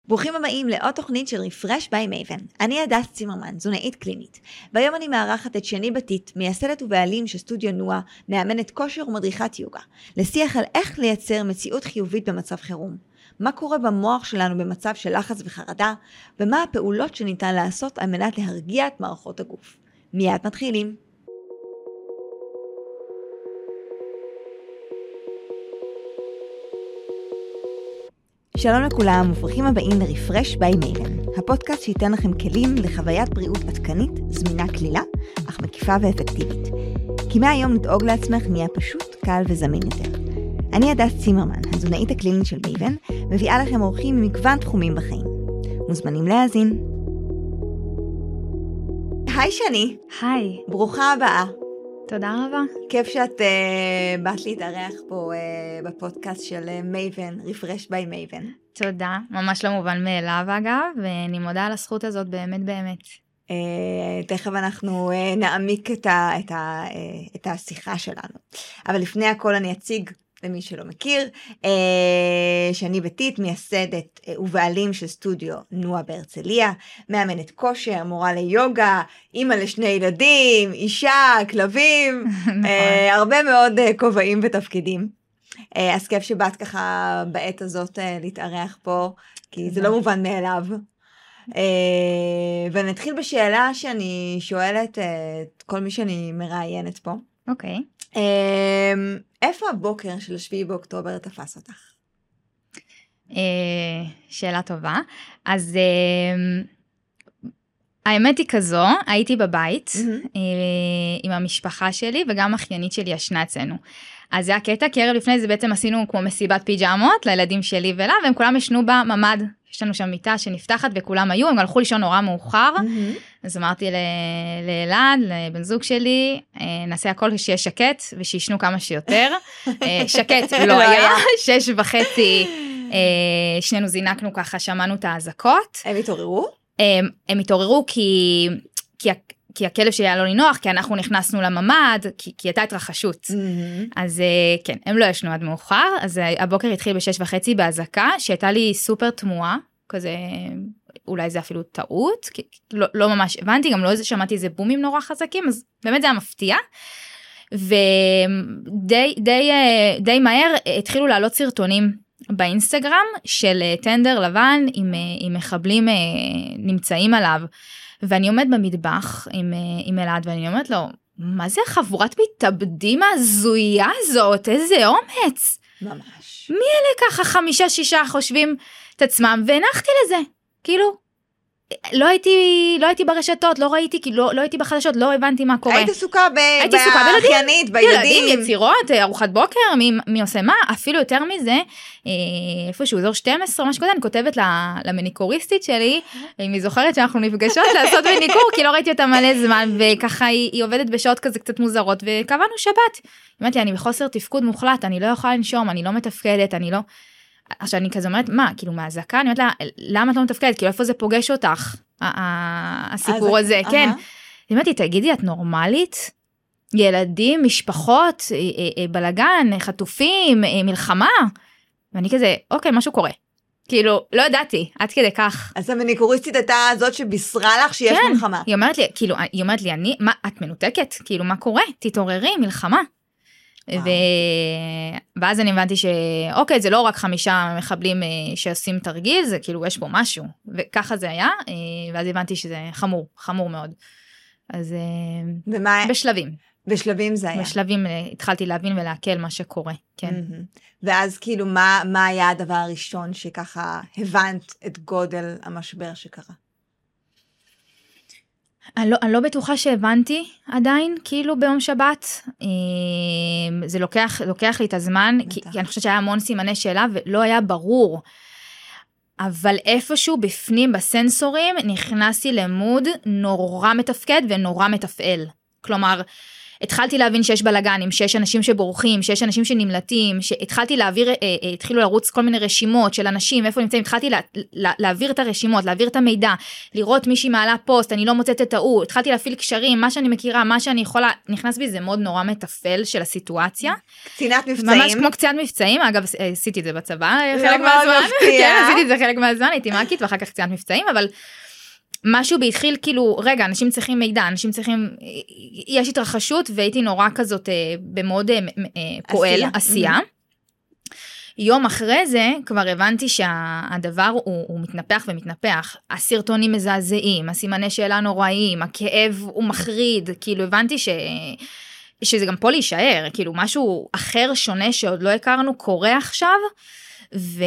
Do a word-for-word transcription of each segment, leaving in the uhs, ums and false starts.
ברוכים הבאים לעוד תוכנית של Refresh by Maven. אני הדס צימרמן, תזונאית קלינית. והיום אני מארחת את שני בתית, מייסדת ובעלים של סטודיו נועה, מאמנת כושר ומדריכת יוגה, לשיח על איך לייצר מציאות חיובית במצב חירום. מה קורה במוח שלנו במצב של לחץ וחרדה, ומה הפעולות שניתן לעשות על מנת להרגיע את מערכות הגוף. מיד מתחילים. שלום לכולם וברוכים הבאים ל-Refresh by Maven, הפודקאסט שייתן לכם כלים לחוויית בריאות עדכנית, זמינה כלילה, אך מקיפה ואפקטיבית. כי מהיום לדאוג לעצמך נהיה פשוט, קל וזמין יותר. אני הדס צימרמן, התזונאית הקלינית של Maven, מביאה לכם אורחים ממגוון תחומים בחיים. מוזמנים להאזין. היי שני. היי. ברוכה הבאה. תודה רבה. כיף שאת uh, באת להתארח פה uh, בפודקאסט של uh, Maven, Refresh by Maven. תודה, ממש לא מובן מאליו אגב, ואני מודה על הזכות הזאת באמת באמת. Uh, תכף אנחנו uh, נעמיק את, ה, את, ה, uh, את השיחה שלנו. אבל לפני הכל אני אציג למי שלא מכיר, uh, שאני בתית, מייסדת uh, ובעלים של סטודיו נועה בהרצליה, מאמנת כושר, מורה ליוגה, אימא לשני ילדים, אישה, כלבים, uh, הרבה מאוד uh, כובעים ותפקידים. Uh, אז כיף שבאת ככה בעת הזאת uh, להתארח פה, כי זה לא מובן מאליו. Uh, ונתחיל בשאלה שאני שואלת uh, את כל מי שאני מראיינת פה. אוקיי. Okay. Uh, איפה הבוקר של השביעי באוקטובר תפס אותך? Uh, שאלה טובה. אז uh, האמת היא כזו, הייתי בבית mm-hmm. uh, עם המשפחה שלי, וגם אחיינית שלי ישנה אצלנו. אז זה הקטע, כי ערב לפני זה בעצם עשינו כמו מסיבת פיג'מות לילדים שלי ולה, והם כולם ישנו בממד. יש לנו שם מיטה שנפתחת וכולם היו, הם הלכו לישון נורא מאוחר, mm-hmm. אז אמרתי לאלעד, לבן זוג שלי, נעשה הכל שיהיה שקט, ושישנו כמה שיותר. שקט לא היה, שש וחצי, שנינו זינקנו ככה, שמענו את האזעקות. הם התעוררו? הם, הם התעוררו כי, כי, כי הכלב שלי היה לא לנוח, כי אנחנו נכנסנו לממד, כי, כי הייתה התרחשות. Mm-hmm. אז כן, הם לא ישנו עד מאוחר, אז הבוקר התחיל בשש וחצי בהזעקה, שהייתה לי סופר תמוהה, כזה, אולי זה אפילו טעות, כי לא, לא ממש הבנתי, גם לא איזה שמעתי איזה בומים נורא חזקים, אז באמת זה היה מפתיע. ודי די, די מהר התחילו לעלות סרטונים באינסטגרם, של טנדר לבן, עם, עם מחבלים נמצאים עליו, ואני עומד במטבח עם, עם אלעד, ואני אומרת לו, מה זה החבורת מתאבדים הזויה הזאת? איזה אומץ. ממש. מי אלה ככה חמישה, שישה חושבים את עצמם, והנחתי לזה. כאילו, לא הייתי, לא הייתי ברשתות, לא ראיתי, כי לא, לא הייתי בחדשות, לא הבנתי מה קורה. היית עסוקה באחיינית, בילדים. ילדים, יצירות, ארוחת בוקר, מי, מי עושה מה? אפילו יותר מזה, איפשהו, אזור שתים עשרה, משהו כזה, אני כותבת למניקוריסטית שלי, אם היא זוכרת שאנחנו נפגשות לעשות מניקור, כי לא ראיתי אותה מלא זמן, וככה היא, היא עובדת בשעות כזה קצת מוזרות, וקבענו שבת. אמרתי לי, אני בחוסר תפקוד מוחלט, אני לא יכולה לנשום, אני לא מתפקדת, אני לא... עכשיו אני כזה אומרת, מה, כאילו מהזעקה, אני אומרת לה, למה את לא מתפקדת? כאילו איפה זה פוגש אותך, הסיפור הזה, כן. אני אומרת לי, תגידי, את נורמלית? ילדים, משפחות, בלגן, חטופים, מלחמה? ואני כזה, אוקיי, משהו קורה. כאילו, לא ידעתי, עד כדי כך. אז המניקוריסטית הייתה זאת שבישרה לך שיש מלחמה. היא אומרת לי, כאילו, היא אומרת לי, אני, מה, את מנותקת? כאילו, מה קורה? תתעוררי, מלחמה. ו... ואז אני הבנתי שאוקיי, זה לא רק חמישה מחבלים שעושים תרגיל, זה כאילו יש בו משהו, וככה זה היה, ואז הבנתי שזה חמור, חמור מאוד. אז ומה... בשלבים. בשלבים זה היה. בשלבים התחלתי להבין ולהקל מה שקורה, כן. Mm-hmm. ואז כאילו מה, מה היה הדבר הראשון שככה הבנת את גודל המשבר שקרה? אני לא, אני לא בטוחה שהבנתי עדיין, כאילו ביום שבת, זה לוקח, לוקח לי את הזמן, כי, כי אני חושבת שהיה המון סימני שאלה, ולא היה ברור, אבל איפשהו בפנים בסנסורים, נכנסתי למוד נורא מתפקד ונורא מתפעל, כלומר, התחלתי להבין שיש בלגנים, שיש אנשים שבורחים, שיש אנשים שנמלטים, שהתחלתי להעביר, התחילו לרוץ כל מיני רשימות של אנשים, איפה נמצאים, התחלתי לה, לה, להעביר את הרשימות, להעביר את המידע, לראות מישהי מעלה פוסט, אני לא מוצאת את ההוא, התחלתי להפעיל קשרים, מה שאני מכירה, מה שאני יכולה, נכנס בי זה מאוד נורא מטפל של הסיטואציה. קצינת מבצעים. ממש כמו קצינת מבצעים, אגב, עשיתי את זה בצבא, חלק מהזמן, כן, עשיתי את זה חלק מהזמן, הייתי מאקית, ואחר כך קצינת מבצעים, אבל משהו בהתחיל כאילו, רגע, אנשים צריכים מידע, אנשים צריכים, יש התרחשות, והייתי נורא כזאת במאוד פועל, עשייה. יום אחרי זה כבר הבנתי שהדבר הוא, הוא מתנפח ומתנפח, הסרטונים מזעזעים, הסימני שאלה נוראיים, הכאב הוא מחריד, כאילו הבנתי ש... שזה גם פה להישאר, כאילו משהו אחר שונה שעוד לא הכרנו קורה עכשיו, ו...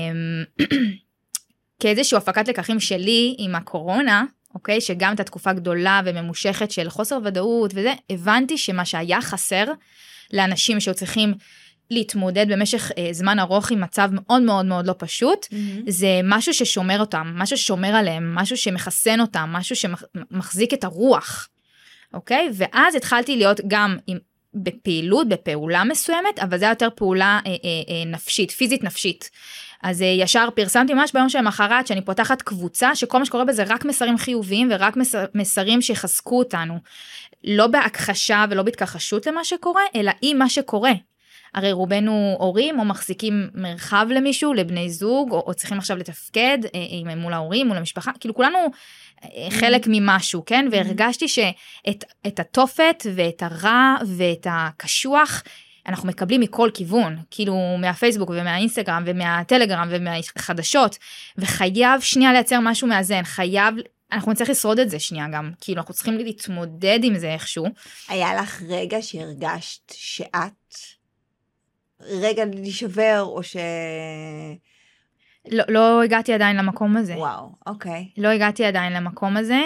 כאיזשהו הפקת לקחים שלי עם הקורונה, אוקיי, שגם את התקופה גדולה וממושכת של חוסר ודאות וזה, הבנתי שמה שהיה חסר לאנשים שצריכים להתמודד במשך אה, זמן ארוך עם מצב מאוד מאוד מאוד לא פשוט, mm-hmm. זה משהו ששומר אותם, משהו ששומר עליהם, משהו שמחסן אותם, משהו שמחזיק את הרוח, אוקיי? ואז התחלתי להיות גם עם, בפעילות, בפעולה מסוימת, אבל זה יותר פעולה אה, אה, אה, נפשית, פיזית נפשית. אז ישר פרסמתי ממש ביום של המחרת, שאני פותחת קבוצה, שכל מה שקורה בזה רק מסרים חיוביים, ורק מסר, מסרים שיחזקו אותנו. לא בהכחשה ולא בהתכחשות למה שקורה, אלא עם מה שקורה. הרי רובנו הורים, או מחזיקים מרחב למישהו, לבני זוג, או, או צריכים עכשיו לתפקד, עם, מול ההורים, מול המשפחה, כאילו כולנו חלק ממשהו, כן? והרגשתי שאת את התופת, ואת הרע, ואת הקשוח, אנחנו מקבלים מכל כיוון, כאילו מהפייסבוק ומהאינסטגרם ומהטלגרם ומהחדשות, וחייב שנייה לייצר משהו מאזן, חייב, אנחנו נצטרך לשרוד את זה שנייה גם, כאילו אנחנו צריכים להתמודד עם זה איכשהו. היה לך רגע שהרגשת שאת רגע להישבר או ש... לא, לא הגעתי עדיין למקום הזה. וואו, אוקיי. לא הגעתי עדיין למקום הזה,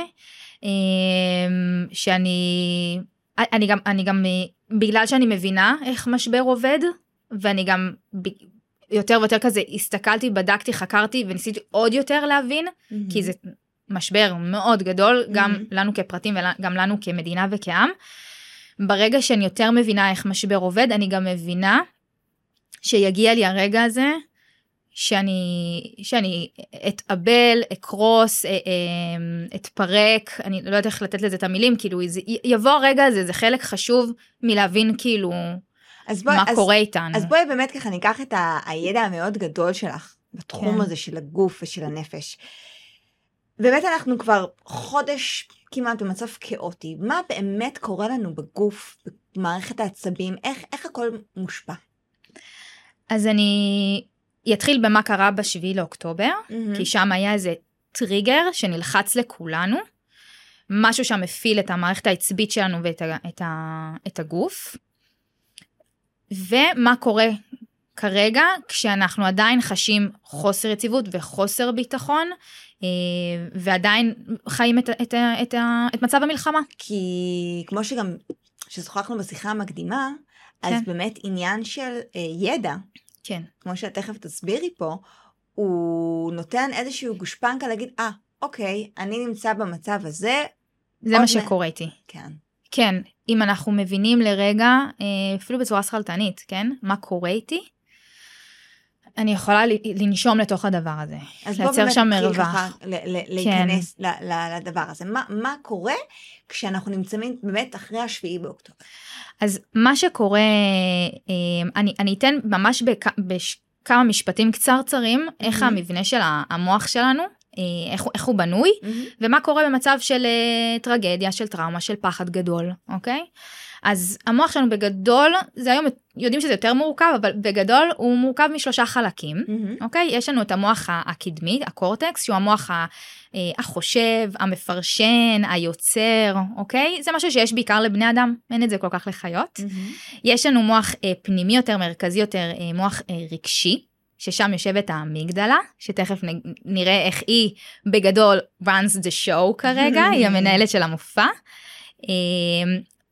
שאני, אני גם, אני גם, בגלל שאני מבינה איך משבר עובד, ואני גם יותר ויותר כזה הסתכלתי, בדקתי, חקרתי, וניסיתי עוד יותר להבין, mm-hmm. כי זה משבר מאוד גדול, גם mm-hmm. לנו כפרטים וגם לנו כמדינה וכעם. ברגע שאני יותר מבינה איך משבר עובד, אני גם מבינה שיגיע לי הרגע הזה, שאני, שאני אתאבל, אקרוס, אתפרק, אני לא יודעת איך לתת לזה את המילים, כאילו יבוא הרגע הזה, זה חלק חשוב מלהבין כאילו בוא, מה אז, קורה איתנו. אז בואי באמת ככה ניקח את ה, הידע המאוד גדול שלך, בתחום כן. הזה של הגוף ושל הנפש. באמת אנחנו כבר חודש כמעט במצב כאוטי, מה באמת קורה לנו בגוף, במערכת העצבים, איך, איך הכל מושפע? אז אני... יתחיל במה קרה בשביעי לאוקטובר, mm-hmm. כי שם היה איזה טריגר שנלחץ לכולנו, משהו שם מפיל את המערכת העצבית שלנו ואת ה, את ה, את הגוף, ומה קורה כרגע כשאנחנו עדיין חשים חוסר יציבות וחוסר ביטחון, ועדיין חיים את, את, את, את מצב המלחמה. כי כמו שגם ששוחחנו בשיחה המקדימה, אז כן. באמת עניין של ידע, כן. כמו שאת תכף תסבירי פה, הוא נותן איזשהו גושפנקה להגיד, אה, אוקיי, אני נמצא במצב הזה. זה מה שקורה איתי. כן. כן, אם אנחנו מבינים לרגע, אפילו בצורה שכלתנית, כן? מה קורה איתי? אני יכולה לנשום לתוך הדבר הזה. אז בוא באמת תתחיל ככה להיכנס לדבר הזה. מה קורה כשאנחנו נמצאים באמת אחרי השביעי באוקטובר? אז מה שקורה, אני, אני אתן ממש בכ, בכמה משפטים קצרצרים, mm-hmm. איך המבנה של המוח שלנו, איך, איך הוא בנוי, mm-hmm. ומה קורה במצב של טרגדיה, של טראומה, של פחד גדול, אוקיי? אז המוח שלנו בגדול, זה היום יודעים שזה יותר מורכב, אבל בגדול הוא מורכב משלושה חלקים, mm-hmm. אוקיי? יש לנו את המוח הקדמי, הקורטקס, שהוא המוח החושב, המפרשן, היוצר, אוקיי? זה משהו שיש בעיקר לבני אדם, אין את זה כל כך לחיות. Mm-hmm. יש לנו מוח פנימי יותר, מרכזי יותר, מוח רגשי, ששם יושבת האמיגדלה, שתכף נראה איך היא בגדול runs the show כרגע, היא המנהלת של המופע.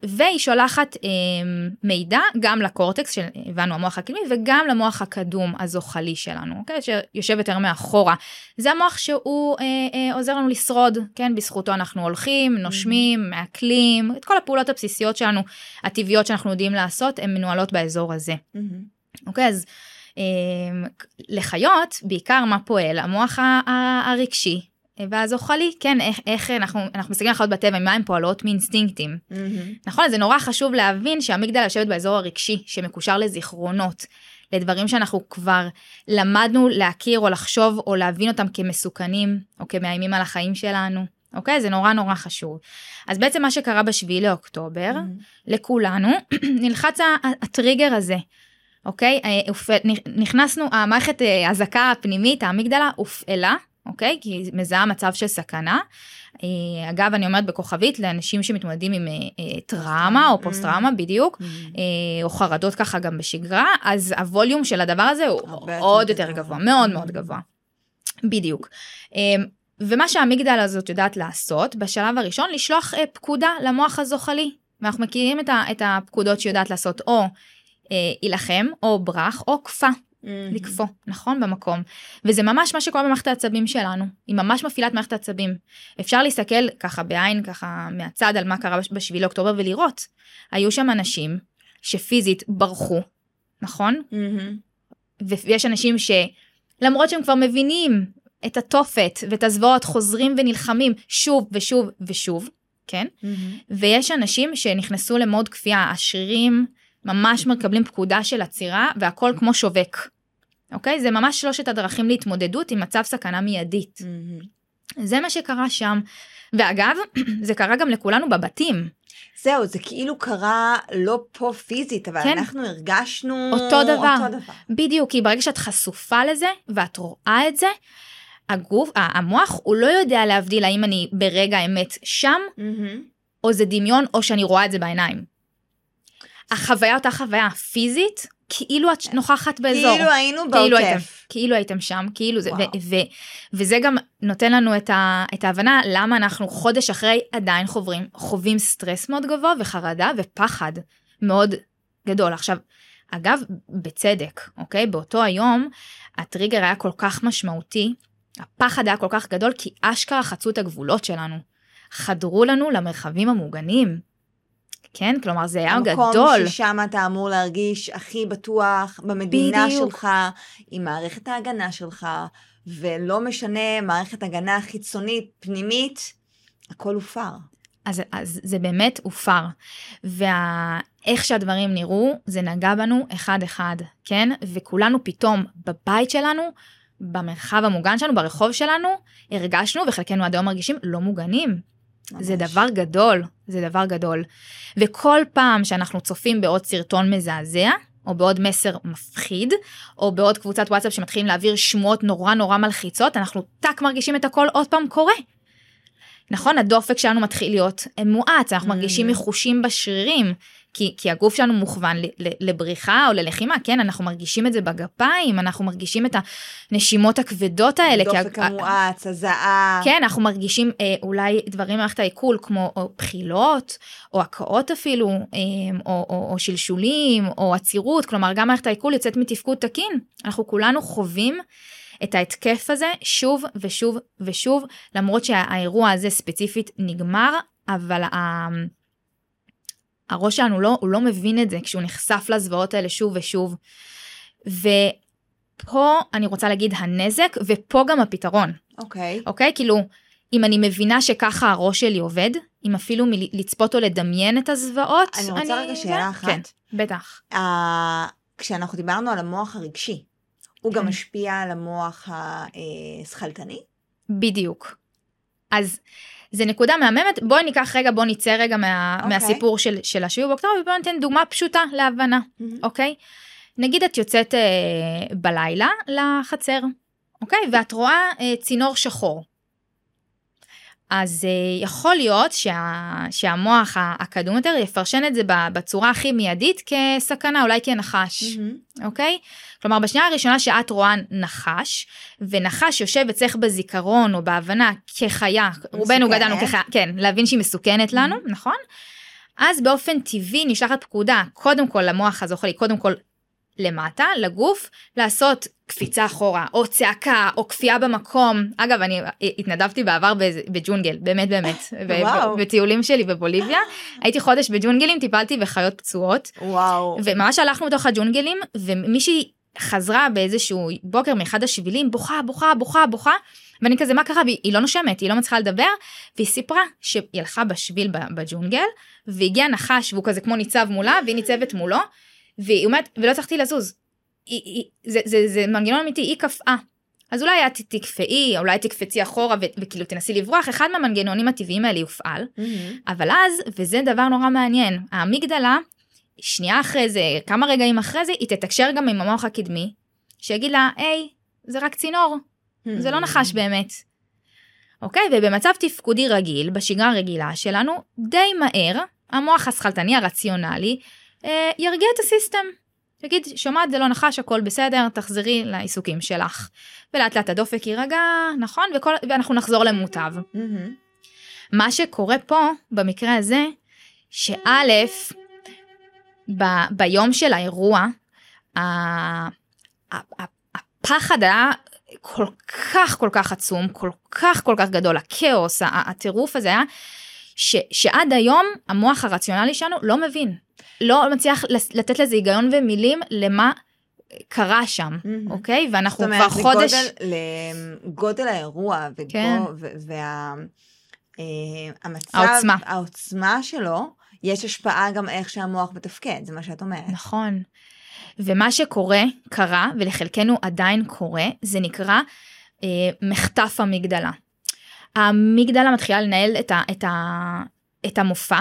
והיא שולחת אה, מידע גם לקורטקס, שהבנו המוח הקדמי, וגם למוח הקדום הזוחלי שלנו, אוקיי? שיושב יותר מאחורה. זה המוח שהוא אה, אה, עוזר לנו לשרוד, כן? בזכותו אנחנו הולכים, נושמים, מעכלים, את כל הפעולות הבסיסיות שלנו, הטבעיות שאנחנו יודעים לעשות, הן מנוהלות באזור הזה. אוקיי, אז אה, לחיות, בעיקר מה פועל? המוח הרגשי, והזוחלי, כן, איך, איך אנחנו, אנחנו מסתכלים לחיות בטבע, מה הן פועלות מאינסטינקטים. Mm-hmm. נכון, זה נורא חשוב להבין שהמגדל יושבת באזור הרגשי, שמקושר לזיכרונות, לדברים שאנחנו כבר למדנו להכיר או לחשוב או להבין אותם כמסוכנים, או כמאיימים על החיים שלנו. אוקיי? זה נורא נורא חשוב. אז בעצם מה שקרה בשביעי לאוקטובר, mm-hmm. לכולנו, נלחץ הטריגר הזה. אוקיי? נכנסנו, המערכת הזקה הפנימית, המגדלה, הופעלה, אוקיי? כי היא מזהה מצב של סכנה. אגב, אני אומרת בכוכבית, לאנשים שמתמודדים עם טראומה או פוסט טראומה בדיוק, או חרדות ככה גם בשגרה, אז הווליום של הדבר הזה הוא עוד יותר גבוה, מאוד מאוד גבוה. בדיוק. ומה שהמגדל הזאת יודעת לעשות, בשלב הראשון, לשלוח פקודה למוח הזוחלי. ואנחנו מכירים את הפקודות שיודעת לעשות, או ילחם, או ברח, או כפה. לקפוא, נכון? במקום. וזה ממש מה שקורה במערכת העצבים שלנו. היא ממש מפעילה את מערכת העצבים. אפשר להסתכל ככה בעין, ככה מהצד על מה קרה בשביעי לאוקטובר ולראות. היו שם אנשים שפיזית ברחו, נכון? ויש אנשים שלמרות שהם כבר מבינים את התופת ואת הזוועות, חוזרים ונלחמים שוב ושוב ושוב, כן? ויש אנשים שנכנסו למוד כפייה, השרירים, ממש מקבלים פקודה של עצירה, והכל כמו שובק. אוקיי? זה ממש שלושת הדרכים להתמודדות עם מצב סכנה מיידית. Mm-hmm. זה מה שקרה שם. ואגב, זה קרה גם לכולנו בבתים. זהו, זה כאילו קרה לא פה פיזית, אבל כן. אנחנו הרגשנו אותו דבר. אותו דבר. בדיוק, כי ברגע שאת חשופה לזה, ואת רואה את זה, הגוף, המוח, הוא לא יודע להבדיל האם אני ברגע האמת שם, mm-hmm. או זה דמיון, או שאני רואה את זה בעיניים. החוויה אותה חוויה פיזית, כאילו את נוכחת באזור. כאילו היינו בעוטף. כאילו הייתם שם, כאילו זה, ו- ו- וזה גם נותן לנו את, ה- את ההבנה, למה אנחנו חודש אחרי עדיין חוברים, חווים סטרס מאוד גבוה, וחרדה ופחד מאוד גדול. עכשיו, אגב, בצדק, אוקיי? באותו היום, הטריגר היה כל כך משמעותי, הפחד היה כל כך גדול, כי אשכרה חצו את הגבולות שלנו. חדרו לנו למרחבים המוגנים. כן, כלומר זה היה גדול. המקום ששם אתה אמור להרגיש הכי בטוח במדינה בדיוק. שלך, עם מערכת ההגנה שלך, ולא משנה מערכת הגנה חיצונית, פנימית, הכל הופר. אז, אז זה באמת הופר. ואיך שהדברים נראו, זה נגע בנו אחד אחד, כן? וכולנו פתאום בבית שלנו, במרחב המוגן שלנו, ברחוב שלנו, הרגשנו, וחלקנו עד היום מרגישים לא מוגנים. ממש. זה דבר גדול, זה דבר גדול. וכל פעם שאנחנו צופים בעוד סרטון מזעזע, או בעוד מסר מפחיד, או בעוד קבוצת וואטסאפ שמתחילים להעביר שמועות נורא נורא מלחיצות, אנחנו טק מרגישים את הכל עוד פעם קורה. נכון, הדופק שלנו מתחיל להיות מואץ, אנחנו מרגישים מחושים בשרירים, כי, כי הגוף שלנו מוכוון לבריחה או ללחימה, כן, אנחנו מרגישים את זה בגפיים, אנחנו מרגישים את הנשימות הכבדות האלה. דופק המואץ, הזעה. כן, אנחנו מרגישים אה, אולי דברים במערכת העיכול, כמו או בחילות, או הקאות אפילו, אה, או, או, או שלשולים, או עצירות, כלומר גם מערכת העיכול יוצאת מתפקוד תקין. אנחנו כולנו חווים את ההתקף הזה שוב ושוב ושוב, למרות שהאירוע הזה ספציפית נגמר, אבל ה... הראש שלנו לא, הוא לא מבין את זה, כשהוא נחשף לזוועות האלה שוב ושוב. ופה אני רוצה להגיד הנזק, ופה גם הפתרון. אוקיי. אוקיי? כאילו, אם אני מבינה שככה הראש שלי עובד, אם אפילו מלצפות או לדמיין את הזוועות, אני רוצה אני... רגע שאלה אחת. כן, בטח. Uh, כשאנחנו דיברנו על המוח הרגשי, הוא גם משפיע על המוח השכלתני? בדיוק. אז זה נקודה מהממת, בואי ניקח רגע, בואי ניצא רגע מה, okay. מהסיפור של, של השביעי באוקטובר, ובואי ניתן דוגמה פשוטה להבנה, אוקיי? Mm-hmm. Okay? נגיד את יוצאת אה, בלילה לחצר, אוקיי? Okay? ואת רואה אה, צינור שחור. אז אה, יכול להיות שה, שהמוח הקדום יותר יפרשן את זה בצורה הכי מיידית כסכנה, אולי כנחש, mm-hmm. אוקיי? כלומר, בשנייה הראשונה שאת רואה נחש, ונחש יושב אצלך בזיכרון או בהבנה כחיה, רובנו גדלנו כחיה, כן, להבין שהיא מסוכנת לנו, mm-hmm. נכון? אז באופן טבעי נשלחת פקודה, קודם כל למוח הזוחלי, קודם כל למטה, לגוף, לעשות קפיצה אחורה, או צעקה, או כפייה במקום. אגב, אני התנדבתי בעבר בג'ונגל, באמת באמת, בטיולים שלי בבוליביה. הייתי חודש בג'ונגלים, טיפלתי בחיות פצועות. וואו. וממש הלכנו בתוך הג'ונגלים, ומישהי חזרה באיזשהו בוקר מאחד השבילים, בוכה, בוכה, בוכה, בוכה, ואני כזה, מה קרה? היא לא נושמת, היא לא מצליחה לדבר, והיא סיפרה שהיא הלכה בשביל בג'ונגל, והגיע נחש, והוא כזה כמו ניצב מולה, והיא ניצבת מולו, והיא אומרת, ולא צריכתי לזוז. היא, היא, זה, זה, זה מנגנון אמיתי, היא קפאה. אז אולי את תקפאי, אולי תקפצי אחורה, ו, וכאילו תנסי לברוח, אחד מהמנגנונים הטבעיים האלה יופעל, mm-hmm. אבל אז, וזה דבר נורא מעניין, האמיגדלה, שנייה אחרי זה, כמה רגעים אחרי זה, היא תתקשר גם עם המוח הקדמי, שיגיד לה, היי, זה רק צינור, mm-hmm. זה לא נחש באמת. אוקיי? ובמצב תפקודי רגיל, בשגרה הרגילה שלנו, די מהר, המוח השכלתני הרציונלי, אה, ירגיע את הסיסטם. תגיד, שומעת, זה לא נחש, הכל בסדר, תחזרי לעיסוקים שלך. ולאט לאט הדופק יירגע, נכון? וכל, ואנחנו נחזור למוטב. Mm-hmm. מה שקורה פה, במקרה הזה, שא', ב, ביום של האירוע, ה, ה, ה, הפחד היה כל כך כל כך עצום, כל כך כל כך גדול, הכאוס, הטירוף הזה היה, ש, שעד היום המוח הרציונלי שלנו לא מבין, לא מצליח לתת לזה היגיון ומילים למה קרה שם, mm-hmm. אוקיי? ואנחנו כבר חודש... זאת אומרת, לגודל האירוע, כן. והמצב, העוצמה. העוצמה שלו, יש השפעה גם איך שהמוח מתפקד, זה מה שאת אומרת. נכון. ומה שקורה, קרה, ולחלקנו עדיין קורה, זה נקרא אה, מחטף המגדלה. המגדלה מתחילה לנהל את, ה, את, ה, את המופע,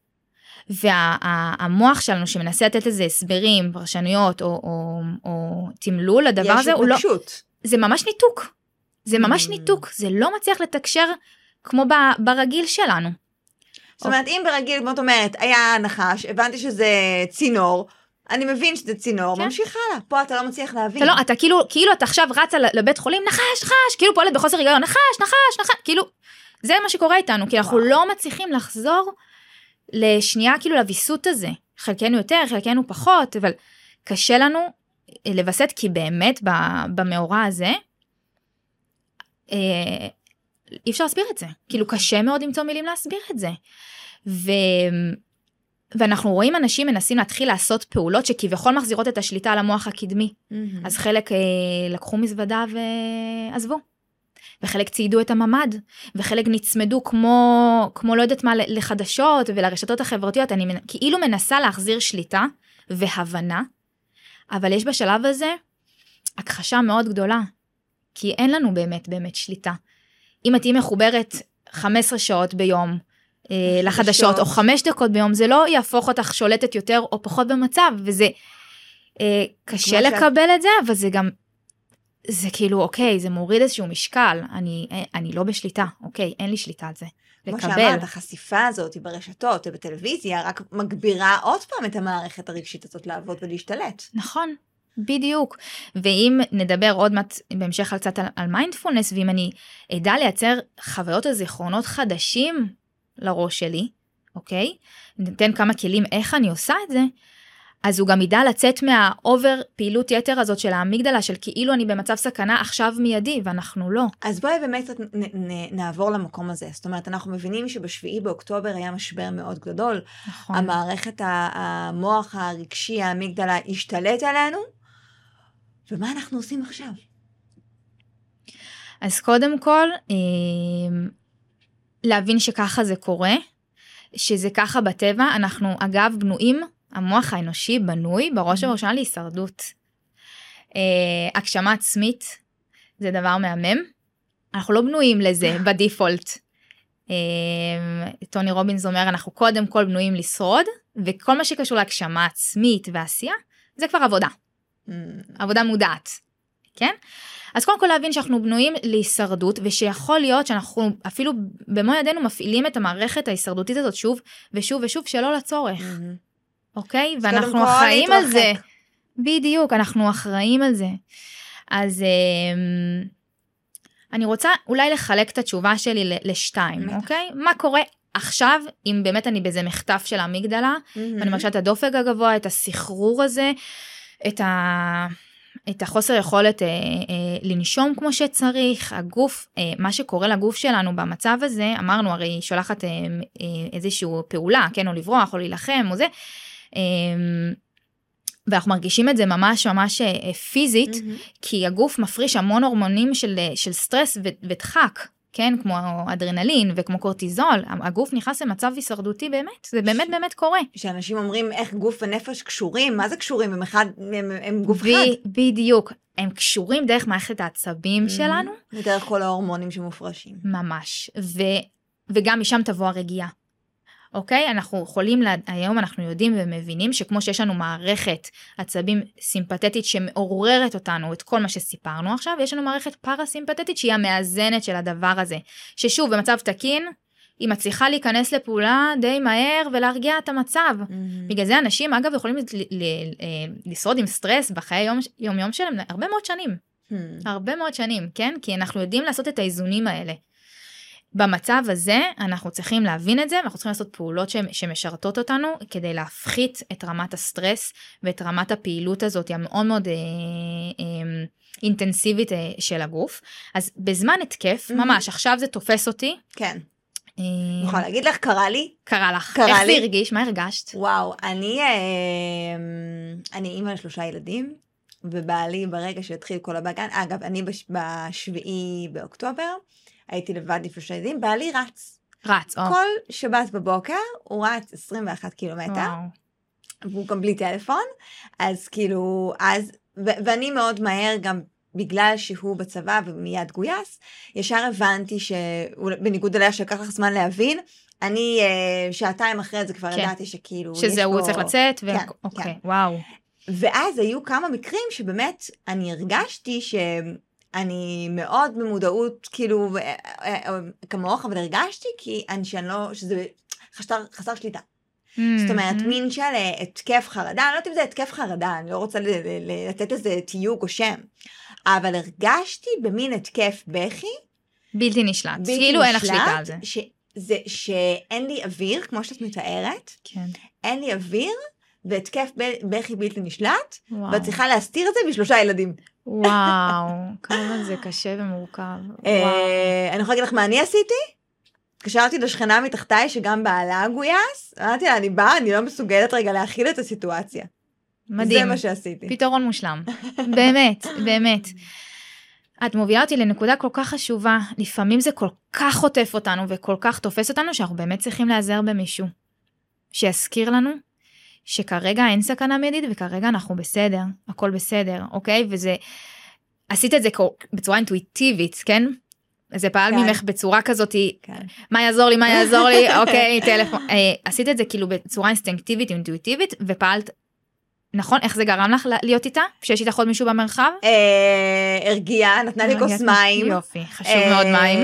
והמוח שלנו שמנסה לתת לזה הסברים, פרשנויות, או, או, או תמלול, הדבר הזה הוא לא... יש התנגשות. זה ממש ניתוק. זה ממש mm. ניתוק. זה לא מצליח לתקשר כמו ב, ברגיל שלנו. זאת אומרת, אם ברגיל, כמו את אומרת, היה נחש, הבנתי שזה צינור, אני מבין שזה צינור, כן. ממשיך הלאה, פה אתה לא מצליח להבין. אתה לא, אתה כאילו, כאילו אתה עכשיו רצה לבית חולים, נחש, נחש, כאילו פועלת בחוסר היגיון, נחש, נחש, נחש, כאילו, זה מה שקורה איתנו, כי אנחנו לא מצליחים לחזור לשנייה, כאילו לביסות הזה, חלקנו יותר, חלקנו פחות, אבל קשה לנו לבסט, כי באמת במאורע הזה, אה, אי אפשר להסביר את זה, כאילו קשה מאוד למצוא מילים להסביר את זה, ו... ואנחנו רואים אנשים מנסים להתחיל לעשות פעולות שכביכול מחזירות את השליטה על המוח הקדמי. Mm-hmm. אז חלק אה, לקחו מזוודה ועזבו. וחלק ציידו את הממד, וחלק נצמדו כמו, כמו לא יודעת מה, לחדשות ולרשתות החברתיות. אני כאילו מנסה להחזיר שליטה והבנה, אבל יש בשלב הזה הכחשה מאוד גדולה, כי אין לנו באמת באמת שליטה. אם את תהיי מחוברת חמש עשרה שעות ביום, לחדשות, או חמש דקות ביום, זה לא יהפוך אותך שולטת יותר או פחות במצב, וזה אה, קשה לקבל את זה, אבל זה גם, זה כאילו, אוקיי, זה מוריד איזשהו משקל, אני, אני לא בשליטה, אוקיי, אין לי שליטה על זה. כמו שאמרת, החשיפה הזאת ברשתות ובטלוויזיה, רק מגבירה עוד פעם את המערכת הרגשית הזאת לעבוד ולהשתלט. נכון, בדיוק. ואם נדבר עוד מעט בהמשך על קצת על, על מיינדפולנס, ואם אני אדע לייצר חוויות הזיכרונות חדשים, לראש שלי, אוקיי? ניתן כמה כלים איך אני עושה את זה, אז הוא גם ידע לצאת מהאובר פעילות יתר הזאת של האמיגדלה, של כאילו אני במצב סכנה עכשיו מיידי, ואנחנו לא. אז בואי באמת נ, נ, נעבור למקום הזה. זאת אומרת, אנחנו מבינים שבשביעי באוקטובר היה משבר מאוד גדול. נכון. המערכת המוח הרגשי, האמיגדלה, השתלט עלינו, ומה אנחנו עושים עכשיו? אז קודם כל, להבין שככה זה קורה, שזה ככה בטבע, אנחנו אגב בנויים, המוח האנושי בנוי בראש ובראשונה להישרדות. אה, הגשמה עצמית זה דבר מהמם, אנחנו לא בנויים לזה בדיפולט. אה, טוני רובינס אומר, אנחנו קודם כל בנויים לשרוד, וכל מה שקשור להגשמה עצמית ועשייה, זה כבר עבודה. עבודה מודעת, כן? אז קודם כל להבין שאנחנו בנויים להישרדות, ושיכול להיות שאנחנו אפילו במו ידינו מפעילים את המערכת ההישרדותית הזאת שוב ושוב ושוב שלא לצורך. אוקיי? ואנחנו אחראים על זה. בדיוק, אנחנו אחראים על זה. אז אני רוצה אולי לחלק את התשובה שלי לשתיים, אוקיי? מה קורה עכשיו, אם באמת אני באיזה מחטף של האמיגדלה, ואני מרגישה את הדופק הגבוה, את הסחרור הזה, את ה... את החוסר יכולת אה, אה, לנשום כמו שצריך, הגוף, אה, מה שקורה לגוף שלנו במצב הזה, אמרנו הרי שולחת אה, אה, איזושהי פעולה, כן, או לברוח, או להילחם, או זה, אה, ואנחנו מרגישים את זה ממש ממש אה, פיזית, mm-hmm. כי הגוף מפריש המון הורמונים של, של סטרס ו- ודחק, כן, כמו אדרנלין וכמו קורטיזול, הגוף נכנס למצב הישרדותי באמת, זה באמת ש... באמת קורה. שאנשים אומרים איך גוף ונפש קשורים, מה זה קשורים? הם, אחד, הם, הם גוף ב- אחד. בדיוק, הם קשורים דרך מערכת העצבים mm-hmm. שלנו. ודרך כל ההורמונים שמופרשים. ממש, ו... וגם משם תבוא הרגיעה. אוקיי? אנחנו יכולים, לה... היום אנחנו יודעים ומבינים שכמו שיש לנו מערכת עצבים סימפתטית שמעוררת אותנו את כל מה שסיפרנו עכשיו, יש לנו מערכת פרסימפתטית שהיא המאזנת של הדבר הזה. ששוב, במצב תקין, היא מצליחה להיכנס לפעולה די מהר ולהרגיע את המצב. Mm-hmm. בגלל זה אנשים, אגב, יכולים ל... ל... לשרוד עם סטרס בחיי יום, יום יום שלהם הרבה מאוד שנים. Mm-hmm. הרבה מאוד שנים, כן? כי אנחנו יודעים לעשות את האיזונים האלה. במצב הזה אנחנו צריכים להבין את זה, ואנחנו צריכים לעשות פעולות שמשרתות אותנו, כדי להפחית את רמת הסטרס, ואת רמת הפעילות הזאת, המאוד מאוד אה, אה, אינטנסיבית אה, של הגוף. אז בזמן התקף, mm-hmm. ממש, עכשיו זה תופס אותי. כן. אני אה... יכולה להגיד לך, קרה לי? קרה לך. קרה איך לי? זה הרגיש? מה הרגשת? וואו, אני, אה, אני אימא לשלושה ילדים, ובעלי ברגע שהתחיל כל הבגן, אגב, אני בש... בשביעי באוקטובר, הייתי לבד עם שלושה ילדים, בעלי רץ. רץ, או. כל שבת בבוקר, הוא רץ עשרים ואחד קילומטר, וואו. והוא גם בלי טלפון, אז כאילו, אז, ו- ואני מאוד מהר גם, בגלל שהוא בצבא ומיד גויס, ישר הבנתי שבניגוד אליה שלקח לך זמן להבין, אני שעתיים אחרי זה כבר כן. ידעתי שכאילו, שזה הוא בו... צריך לצאת, ו... כן, אוקיי, כן. וואו. ואז היו כמה מקרים שבאמת אני הרגשתי ש... אני מאוד במודעות, כאילו, כמוך, אבל הרגשתי, כי אני שאני לא, שזה חסר, חסר שליטה. Mm-hmm. זאת אומרת, מין של התקף חרדה, אני לא יודעת אם זה התקף חרדה, אני לא רוצה ל- ל- לתת איזה תיוג או שם, אבל הרגשתי במין התקף בכי, בלתי נשלט, בלתי כאילו נשלט, אין לך שליטה על זה. ש- זה שאין לי אוויר, כמו שאת מתארת, כן. אין לי אוויר, והתקף בכי בלתי נשלט, ואת צריכה להסתיר את זה בשלושה ילדים. וואו, כמה זה קשה ומורכב. אני יכולה להגיד לך מה אני עשיתי? התקשרתי לשכנה מתחתיי שגם בעלה גויס, אמרתי לה, אני באה, אני לא מסוגלת רגע להכיל את הסיטואציה. מדהים. זה מה שעשיתי. פתרון מושלם. באמת, באמת. את מובילה אותי לנקודה כל כך חשובה, לפעמים זה כל כך חוטף אותנו וכל כך תופס אותנו, שאנחנו באמת צריכים להיעזר במישהו. שיזכיר לנו שכרגע אין סכנה מיידית, וכרגע אנחנו בסדר, הכל בסדר, אוקיי? וזה, עשית את זה בצורה אינטואיטיבית, כן? זה פעל ממך בצורה כזאת, מה יעזור לי, מה יעזור לי, אוקיי, טלפון, עשית את זה כאילו בצורה אינסטינקטיבית, אינטואיטיבית, ופעלת, נכון? איך זה גרם לך להיות איתה? שיש איתך עוד מישהו במרחב? הרגיעה, נתנה לי כוס מים. יופי, חשוב מאוד מים.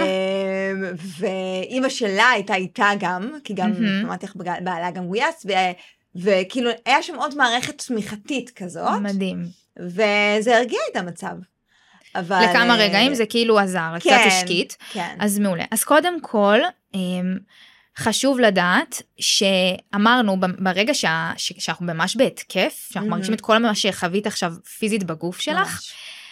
ואימא שלה הייתה איתה גם, כי גם, אמרתי לך, בעלה גם גויס, וכאילו היה שם עוד מערכת תמיכתית כזאת. מדהים. וזה הרגיע את המצב. אבל... לכמה רגעים זה כאילו עזר, קצת השקית. כן. אז מעולה. אז קודם כל, חשוב לדעת שאמרנו ברגע שה, שאנחנו ממש בהתקף, שאנחנו מרגישים את כל מה שחווית עכשיו פיזית בגוף שלך,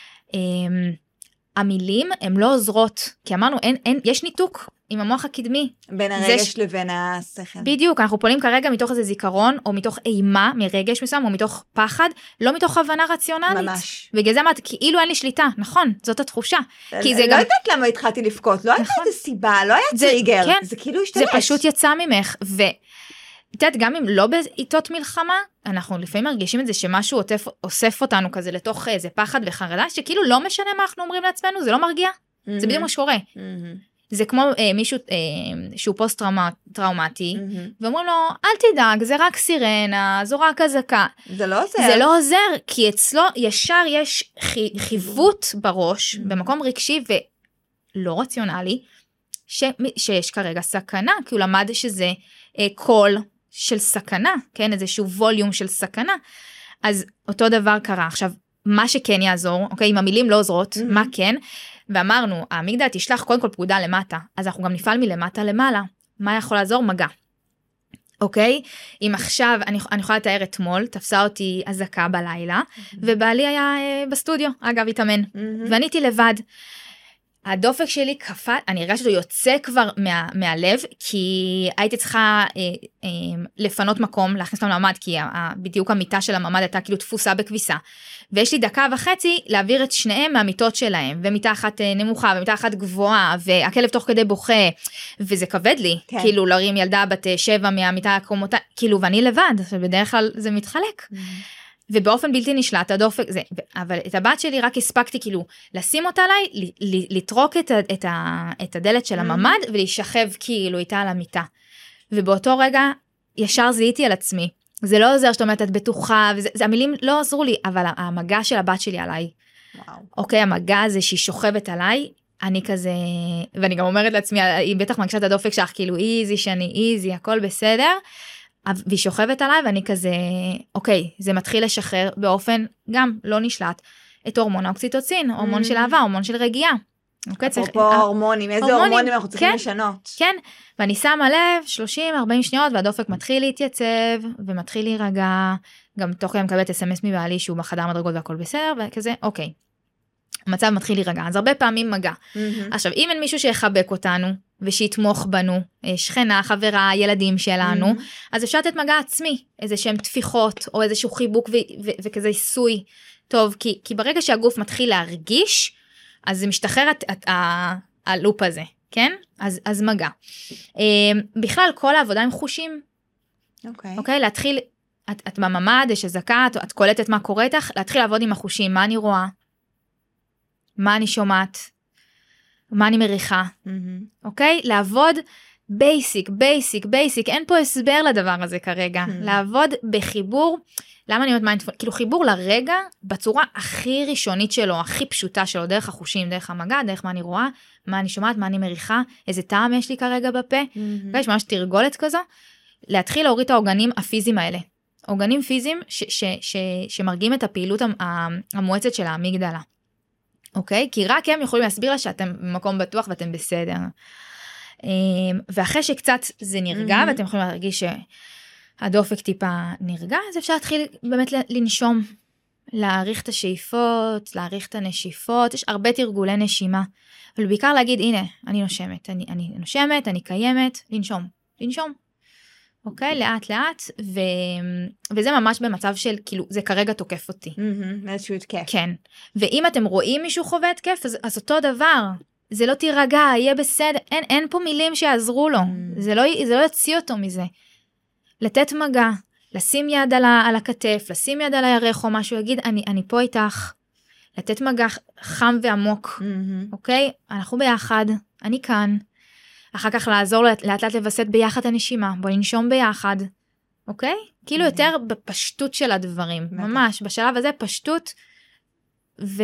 המילים הן לא עוזרות, כי אמרנו, אין, אין, יש ניתוק עם המוח הקדמי. בין הרגש ש... לבין השכל. בדיוק, אנחנו פועלים כרגע מתוך איזה זיכרון, או מתוך אימה מרגש מסוים, או מתוך פחד, לא מתוך הבנה רציונלית. ממש. בגלל זה אמרת, כאילו אין לי שליטה, נכון, זאת התחושה. כי זה לא גם... יודעת למה התחלתי לפקוט, לא הייתה איזה סיבה, לא היה טריגר, כן, זה כאילו השתמש. זה פשוט יצא ממך, ו... את יודעת, גם אם לא בעיתות מלחמה, אנחנו לפעמים מרגישים את זה שמשהו אוסף, אוסף אותנו כזה לתוך איזה פחד וחרדה, שכאילו לא משנה מה אנחנו אומרים לעצמנו, זה לא מרגיע. Mm-hmm. זה בדיוק מה שקורה. Mm-hmm. זה כמו אה, מישהו אה, שהוא פוסט טראומטי, mm-hmm. ואומרים לו, אל תדאג, זה רק סירנה, זו רק הזקה. זה לא עוזר. זה לא עוזר, כי אצלו ישר יש חי, חיוות בראש, mm-hmm. במקום רגשי ולא רציונלי, ש, שיש כרגע סכנה, כי הוא למד שזה אה, קול, של סכנה, כן, איזשהו ווליום של סכנה, אז אותו דבר קרה. עכשיו, מה שכן יעזור, אוקיי, אם המילים לא עוזרות, mm-hmm. מה כן? ואמרנו, האמיגדלה תשלח קודם כל פקודה למטה, אז אנחנו גם נפעל מלמטה למעלה, מה יכול לעזור? מגע. אוקיי? אם עכשיו, אני, אני יכולה לתאר אתמול, תפסה אותי הזקה בלילה, ובעלי היה אה, בסטודיו, אגב, התאמן, ואני הייתי לבד. הדופק שלי קפא, אני הרגשתי שהוא יוצא כבר מה, מהלב, כי הייתי צריכה אה, אה, לפנות מקום, להכניס אותם לממד, כי ה, בדיוק המיטה של הממד הייתה כאילו תפוסה בכביסה. ויש לי דקה וחצי להעביר את שניהם מהמיטות שלהם, ומיטה אחת אה, נמוכה, ומיטה אחת גבוהה, והכלב תוך כדי בוכה, וזה כבד לי, כן. כאילו להרים ילדה בת שבע מהמיטה הקומותה, כאילו, ואני לבד, בדרך כלל זה מתחלק. Mm-hmm. ובאופן בלתי נשלט, הדופק, זה, אבל את הבת שלי רק הספקתי כאילו, לשים אותה עליי, לטרוק את, את, את הדלת של הממד, ולהישכב כאילו איתה על המיטה. ובאותו רגע, ישר זיהיתי על עצמי. זה לא עוזר שאת אומרת, את בטוחה, וזה, זה, המילים לא עזרו לי, אבל המגע של הבת שלי עליי. וואו. אוקיי, המגע הזה שהיא שוכבת עליי, אני כזה, ואני גם אומרת לעצמי, היא בטח מגשה את הדופק שלך, כאילו, איזי, שאני איזי, הכל בסדר. והיא שוכבת עליי, ואני כזה, אוקיי, זה מתחיל לשחרר באופן גם לא נשלט, את הורמון האוקסיטוצין, הורמון של אהבה, הורמון של רגיעה. אפרופו הורמונים, איזה הורמונים אנחנו צריכים לשנות. כן, ואני שמה לב, שלושים ארבעים שניות, והדופק מתחיל להתייצב, ומתחיל להירגע, גם תוך כדי מקבלת אס אם אס מבעלי, שהוא בחדר מדרגות והכל בסדר, וכזה, אוקיי. המצב מתחיל להירגע, אז הרבה פעמים מגע. עכשיו, אם אין מישהו שיחבק אותנו, ושיתמוך בנו, שכנה, חברה, ילדים שלנו, אז אפשר לתת מגע עצמי, איזה שהם תפיחות, או איזשהו חיבוק וכזה עיסוי טוב, כי, כי ברגע שהגוף מתחיל להרגיש, אז זה משתחרר את, את, הלופ הזה, כן? אז, אז מגע. בכלל, כל העבודה עם חושים. אוקיי. אוקיי? להתחיל, את, את בממד, יש הזקה, את, את קולטת מה קורה איתך, להתחיל לעבוד עם החושים, מה אני רואה, מה אני שומעת, מה אני מריחה, אוקיי? לעבוד בייסיק, בייסיק, בייסיק, אין פה הסבר לדבר הזה כרגע, לעבוד בחיבור, למה אני אומרת מיינדפול? כאילו חיבור לרגע, בצורה הכי ראשונית שלו, הכי פשוטה שלו, דרך החושים, דרך המגע, דרך מה אני רואה, מה אני שומעת, מה אני מריחה, איזה טעם יש לי כרגע בפה, יש ממש תרגולת כזו, להתחיל להוריד את האורגנים הפיזיים האלה, אורגנים פיזיים שמרגיעים את הפעילות המועצת של האמיגדלה. אוקיי? כי רק הם יכולים להסביר לה שאתם במקום בטוח ואתם בסדר. ואחרי שקצת זה נרגע, ואתם יכולים להרגיש שהדופק טיפה נרגע, אז אפשר להתחיל באמת לנשום, להעריך את השאיפות, להעריך את הנשיפות, יש הרבה תרגולי נשימה, אבל בעיקר להגיד, הנה, אני נושמת, אני, אני נושמת, אני קיימת, לנשום, לנשום. אוקיי, לאט לאט, ו... וזה ממש במצב של, כאילו, זה כרגע תוקף אותי. איזשהו התקף. כן. ואם אתם רואים מישהו חווה התקף, אז, אז אותו דבר. זה לא תירגע, יהיה בסדר. אין, אין פה מילים שיעזרו לו. זה לא, זה לא יוציא אותו מזה. לתת מגע, לשים יד על, ה, על הכתף, לשים יד על הירך או משהו, יגיד, אני, אני פה איתך. לתת מגע חם ועמוק. אוקיי? אנחנו ביחד, אני כאן. אחר כך לעזור לאט לאט לבסט ביחד הנשימה, בוא ננשום ביחד, אוקיי? כאילו יותר בפשטות של הדברים, ממש, בשלב הזה פשטות ו...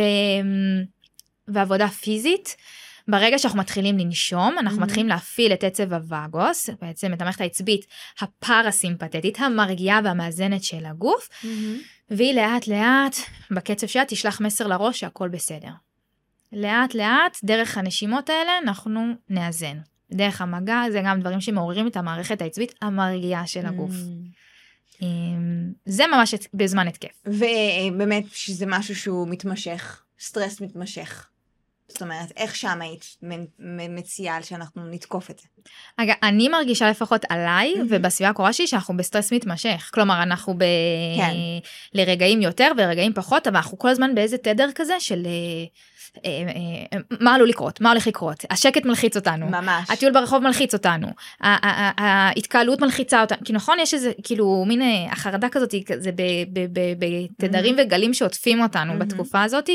ועבודה פיזית, ברגע שאנחנו מתחילים לנשום, אנחנו מתחילים להפעיל את עצב הווגוס, בעצם את המערכת העצבית הפרסימפתטית, המרגיעה והמאזנת של הגוף, והיא לאט לאט, בקצב שלה תשלח מסר לראש שהכל בסדר. לאט לאט, דרך הנשימות האלה, אנחנו נאזן. דרך המגע, זה גם דברים שמעוררים את המערכת העצבית המרגיעה של הגוף. Mm. זה ממש בזמן התקף. ובאמת שזה משהו שהוא מתמשך, סטרס מתמשך. זאת אומרת, איך שם היית מציעה שאנחנו נתקוף את זה? אגב, אני מרגישה לפחות עליי, mm-hmm. ובסביבה הקרובה שלי, שאנחנו בסטרס מתמשך. כלומר, אנחנו ב... כן. לרגעים יותר ורגעים פחות, אבל אנחנו כל הזמן באיזה תדר כזה של... מה עלול לקרות, מה הולך לקרות, השקט מלחיץ אותנו, ממש. הטיול ברחוב מלחיץ אותנו, ההתקהלות מלחיצה אותנו, כי נכון יש איזה כאילו מין החרדה כזאת, זה בתדרים וגלים שעוטפים אותנו בתקופה הזאת,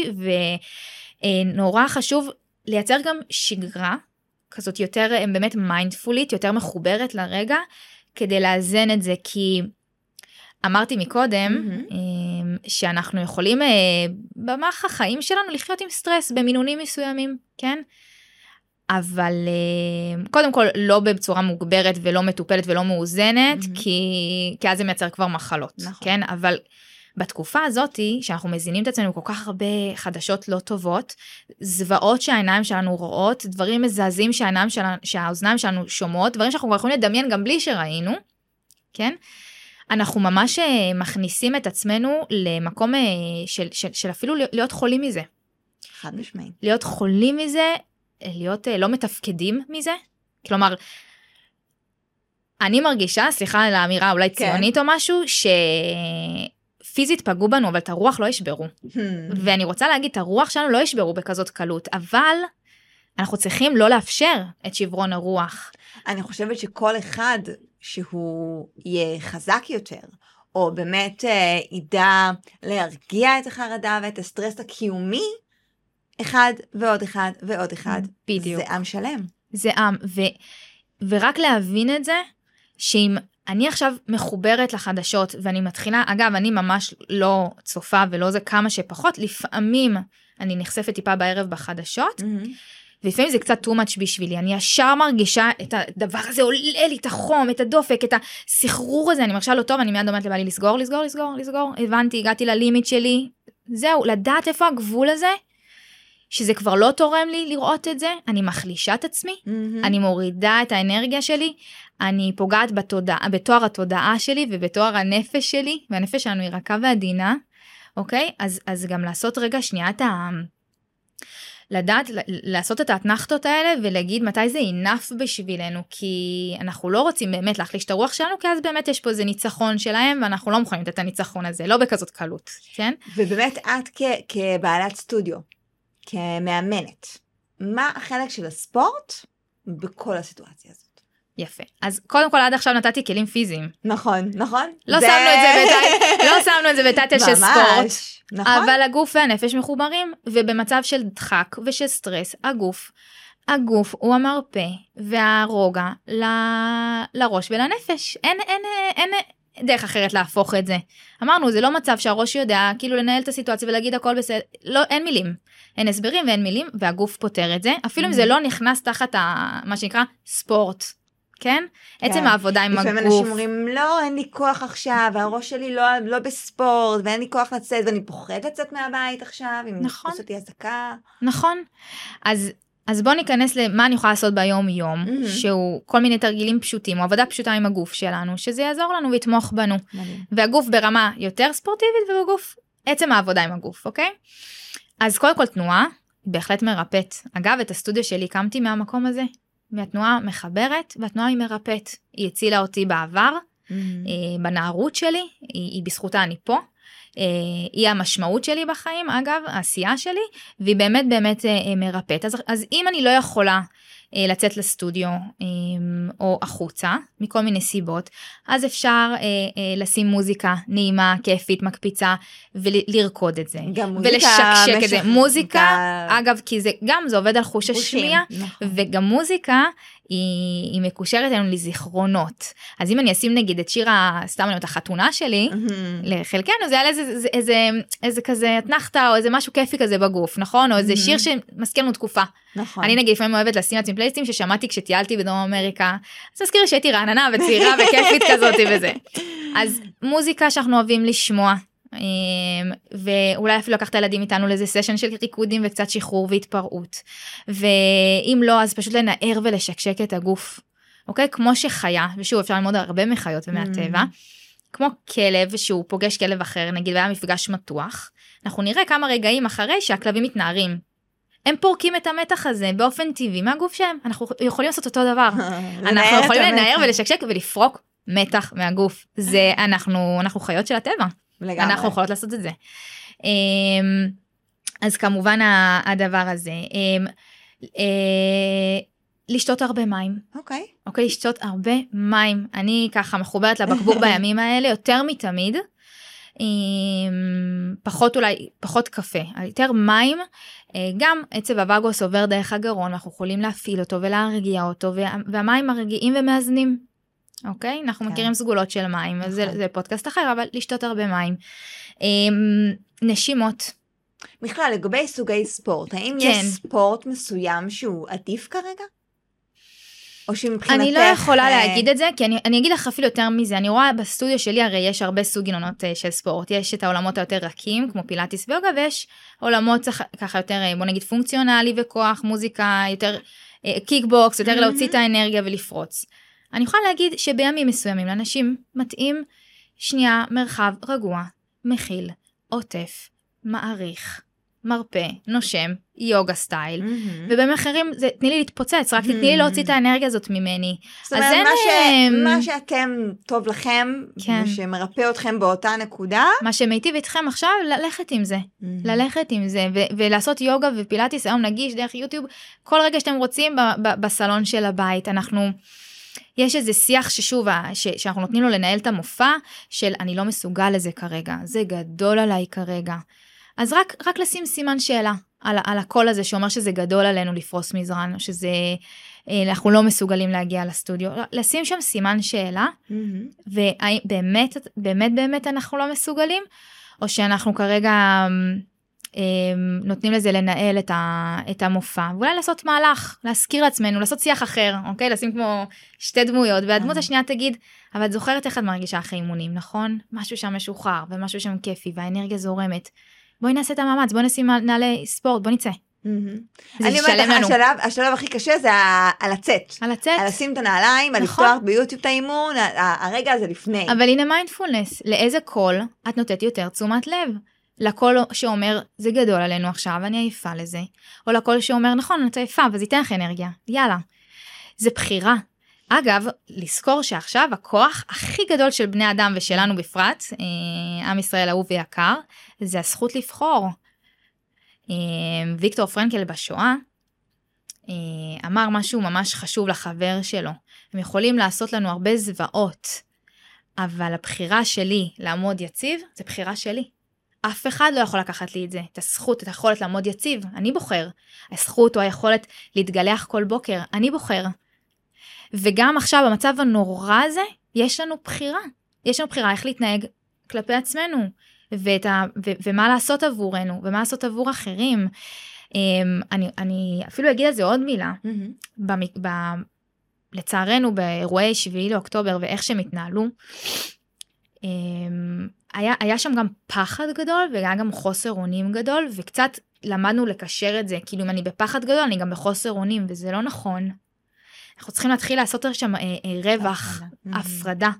ונורא חשוב לייצר גם שגרה כזאת יותר באמת מיינדפולית, יותר מחוברת לרגע, כדי לאזן את זה, כי אמרתי מקודם, mm-hmm. שאנחנו יכולים במערך החיים שלנו לחיות עם סטרס במינונים מסוימים, כן? אבל קודם כל לא בצורה מוגברת ולא מטופלת ולא מאוזנת, mm-hmm. כי, כי אז זה מייצר כבר מחלות, נכון. כן? אבל בתקופה הזאת, שאנחנו מזינים את עצמנו כל כך הרבה חדשות לא טובות, זוועות שהעיניים שלנו רואות, דברים מזעזעים שהעיניים שלנו, שהאוזניים שלנו שומעות, דברים שאנחנו יכולים לדמיין גם בלי שראינו, כן? אנחנו ממש מכניסים את עצמנו למקום של, של, של אפילו להיות חולים מזה. חד משמעית. להיות חולים מזה, להיות לא מתפקדים מזה. כלומר, אני מרגישה, סליחה על האמירה אולי ציונית כן. או משהו, שפיזית פגעו בנו, אבל את הרוח לא ישברו. ואני רוצה להגיד, את הרוח שלנו לא ישברו בכזאת קלות, אבל אנחנו צריכים לא לאפשר את שברון הרוח. אני חושבת שכל אחד שהוא יהיה חזק יותר, או באמת אה, ידע להרגיע את החרדה ואת הסטרס הקיומי, אחד ועוד אחד ועוד אחד. בדיוק. זה עם שלם. זה עם, ו, ורק להבין את זה, שאם אני עכשיו מחוברת לחדשות, ואני מתחילה, אגב, אני ממש לא צופה ולא זה כמה שפחות, לפעמים אני נחשפת טיפה בערב בחדשות, mm-hmm. ולפעמים זה קצת too much בשבילי, אני ישר מרגישה את הדבר הזה, עולה לי את החום, את הדופק, את הסחרור הזה, אני מרגישה לא טוב, אני מיד אומרת לבעלי לסגור, לסגור, לסגור, לסגור, הבנתי, הגעתי ללימיט שלי, זהו, לדעת איפה הגבול הזה, שזה כבר לא תורם לי לראות את זה, אני מחלישה את עצמי, mm-hmm. אני מורידה את האנרגיה שלי, אני פוגעת בתודעה, בתואר התודעה שלי ובתואר הנפש שלי, והנפש שלנו היא רכה ועדינה, אוקיי? אז, אז גם לעשות רגע שנייה את ה... לדעת, לעשות את ההתנחתות האלה ולהגיד מתי זה enough בשבילנו, כי אנחנו לא רוצים באמת להחליש את הרוח שלנו, כי אז באמת יש פה איזה ניצחון שלהם, ואנחנו לא מוכנים לתת את הניצחון הזה, לא בכזאת קלות, כן? ובאמת את כ- כבעלת סטודיו, כמאמנת, מה החלק של הספורט בכל הסיטואציה הזאת? יפה. אז קודם כל עד עכשיו נתתי כלים פיזיים. נכון, נכון. לא זה... שמנו את זה בטייטל, לא שמנו את זה בטייטל של ספורט. נכון. אבל הגוף והנפש מחוברים, ובמצב של דחק ושל סטרס, הגוף, הגוף הוא המרפא והרוגע ל... לראש ולנפש. אין, אין, אין, אין דרך אחרת להפוך את זה. אמרנו, זה לא מצב שהראש יודע כאילו לנהל את הסיטואציה ולהגיד הכל בסדר. לא, אין מילים. אין הסברים ואין מילים, והגוף פותר את זה. אפילו אם זה לא נכנס תחת ה... מה שנקרא ספורט. כן? עצם העבודה עם הגוף. לפעמים אנשים אומרים, לא, אין לי כוח עכשיו, והראש שלי לא, לא בספורט, ואין לי כוח לצאת, ואני פוחד לצאת מהבית עכשיו, אם נכון. עושה אותי הזדקה. נכון. אז, אז בוא ניכנס למה אני יכולה לעשות ביום יום, mm-hmm. שהוא כל מיני תרגילים פשוטים, או עבודה פשוטה עם הגוף שלנו, שזה יעזור לנו ויתמוך בנו. מדהים. והגוף ברמה יותר ספורטיבית, ובגוף, עצם העבודה עם הגוף, אוקיי? אז קודם כל תנועה, בהחלט מרפאת. אגב, את הסטודיו שלי הקמתי מהמקום הזה. והתנועה מחברת, והתנועה היא מרפאת. היא הצילה אותי בעבר, mm-hmm. בנערות שלי, היא, היא בזכותה אני פה, היא המשמעות שלי בחיים, אגב, העשייה שלי, והיא באמת באמת מרפאת. אז, אז אם אני לא יכולה לצאת לסטודיו, או החוצה, מכל מיני סיבות, אז אפשר לשים מוזיקה נעימה, כיפית, מקפיצה, ולרקוד את זה. גם מוזיקה. ולשקשק את זה. מוזיקה, אגב, כי זה גם, זה עובד על חוש השמיעה, וגם מוזיקה, היא, היא מקושרת לנו לזיכרונות. אז אם אני אשים נגיד את שיר, סתם אני את החתונה שלי, לחלקנו, זה היה איזה, איזה, איזה, איזה כזה התנחתה, או איזה משהו כיפי כזה בגוף, נכון? או איזה שיר שמזכיר לנו תקופה. נכון. אני נגיד לפעמים אוהבת לשים לעצמי פלייליסטים ששמעתי כשטיילתי בדרום אמריקה, אז תזכיר שהייתי רעננה וצעירה וכיפית כזאת וזה. אז מוזיקה שאנחנו אוהבים לשמוע, ואולי אפילו לקחת הילדים איתנו לאיזה סשן של ריקודים וקצת שחרור והתפרעות, ואם לא אז פשוט לנער ולשקשק את הגוף, אוקיי? כמו שחיה, ושוב אפשר ללמוד הרבה מחיות ומהטבע, כמו כלב שהוא פוגש כלב אחר, נגיד והיה מפגש מתוח, אנחנו נראה כמה רגעים אחרי שהכלבים מתנערים, הם פורקים את המתח הזה באופן טבעי מהגוף שהם, אנחנו יכולים לעשות אותו דבר, אנחנו יכולים לנער ולשקשק ולפרוק מתח מהגוף, זה אנחנו, אנחנו חיות של הטבע. לגמרי. אנחנו יכולות לעשות את זה. אז כמובן הדבר הזה, לשתות הרבה מים. אוקיי. אוקיי, לשתות הרבה מים. אני ככה מחוברת לבקבוק בימים האלה, יותר מתמיד. פחות אולי, פחות קפה, יותר מים. גם עצב הווגוס עובר דרך הגרון, אנחנו יכולים להפעיל אותו ולהרגיע אותו, והמים מרגיעים ומאזנים. אוקיי? אנחנו כן. מכירים סגולות של מים, נכון. זה, זה פודקאסט אחר, אבל לשתות הרבה מים. נשימות. בכלל, לגבי סוגי ספורט, האם כן. יש ספורט מסוים שהוא עדיף כרגע? או שמבחינתך... אני לא יכולה להגיד את זה, כי אני, אני אגיד לך אפילו יותר מזה, אני רואה בסטודיו שלי, הרי יש הרבה סוגנונות של ספורט, יש את העולמות היותר רכים, כמו פילאטיס ויוגה, ויש עולמות ככה יותר, בוא נגיד, פונקציונלי וכוח, מוזיקה, יותר קיקבוקס, יותר להוציא את האנרגיה ולפרוץ. אני יכולה להגיד שבימים מסוימים לאנשים מתאים שנייה מרחב רגוע, מכיל, עוטף, מעריך, מרפא, נושם, יוגה סטייל, mm-hmm. ובמחרים, זה, תני לי להתפוצץ, רק mm-hmm. תני לי להוציא את האנרגיה הזאת ממני. זאת אומרת, מה, ש... מה שאתם טוב לכם, כן. ושמרפא אתכם באותה נקודה. מה שמיטיב איתכם עכשיו, ללכת עם זה. Mm-hmm. ללכת עם זה, ו- ולעשות יוגה ופילאטיס, היום נגיש דרך יוטיוב, כל רגע שאתם רוצים ב- ב- בסלון של הבית, אנחנו... יש איזה שיח ששוב, ש, שאנחנו נותנים לו לנהל את המופע, של אני לא מסוגל לזה כרגע, זה גדול עליי כרגע. אז רק, רק לשים סימן שאלה על, על הקול הזה שאומר שזה גדול עלינו לפרוס מזרן, או שזה, אנחנו לא מסוגלים להגיע לסטודיו, לשים שם סימן שאלה, mm-hmm. ובאמת, באמת, באמת אנחנו לא מסוגלים, או שאנחנו כרגע נותנים לזה לנהל את, ה, את המופע, ואולי לעשות מהלך, להזכיר לעצמנו, לעשות שיח אחר, אוקיי? לשים כמו שתי דמויות, והדמות mm-hmm. השנייה תגיד, אבל את זוכרת איך את מרגישה אחרי אימונים, נכון? משהו שם משוחרר, ומשהו שם כיפי, והאנרגיה זורמת. בואי נעשה את המאמץ, בואי נשים נעלי ספורט, בואי נצא. אני אומרת לך, השלב, השלב הכי קשה זה על לצאת. על לצאת. על לשים את הנעליים, על לפתוח ביוטיוב את האימון, הרגע הזה לפני. אבל הנה מיינדפולנס, לאיזה קול את נותנת יותר תשומת לב? לקול שאומר, זה גדול עלינו עכשיו, אני עייפה לזה. או לקול שאומר, נכון, את עייפה, וזה ייתן לך אנרגיה. יאללה. זה בחירה. אגב, לזכור שעכשיו הכוח הכי גדול של בני אדם ושלנו בפרט, אה, עם ישראל אהוב ויקר, זה הזכות לבחור. אה, ויקטור פרנקל בשואה אה, אמר משהו ממש חשוב לחבר שלו. הם יכולים לעשות לנו הרבה זוועות, אבל הבחירה שלי לעמוד יציב, זה בחירה שלי. אף אחד לא יכול לקחת לי את זה, את הזכות, את היכולת לעמוד יציב, אני בוחר. הזכות או היכולת להתגלח כל בוקר, אני בוחר. וגם עכשיו, במצב הנורא הזה, יש לנו בחירה. יש לנו בחירה איך להתנהג כלפי עצמנו, ואת ה, ו, ומה לעשות עבורנו, ומה לעשות עבור אחרים. אני, אני אפילו אגיד על זה עוד מילה. Mm-hmm. ב, ב, לצערנו, באירועי שביעי לאוקטובר, ואיך שהם התנהלו, היה, היה שם גם פחד גדול, והיה גם חוסר אונים גדול, וקצת למדנו לקשר את זה. כאילו, אם אני בפחד גדול, אני גם בחוסר אונים, וזה לא נכון. אנחנו צריכים להתחיל לעשות שם אה, אה, רווח, הפרדה.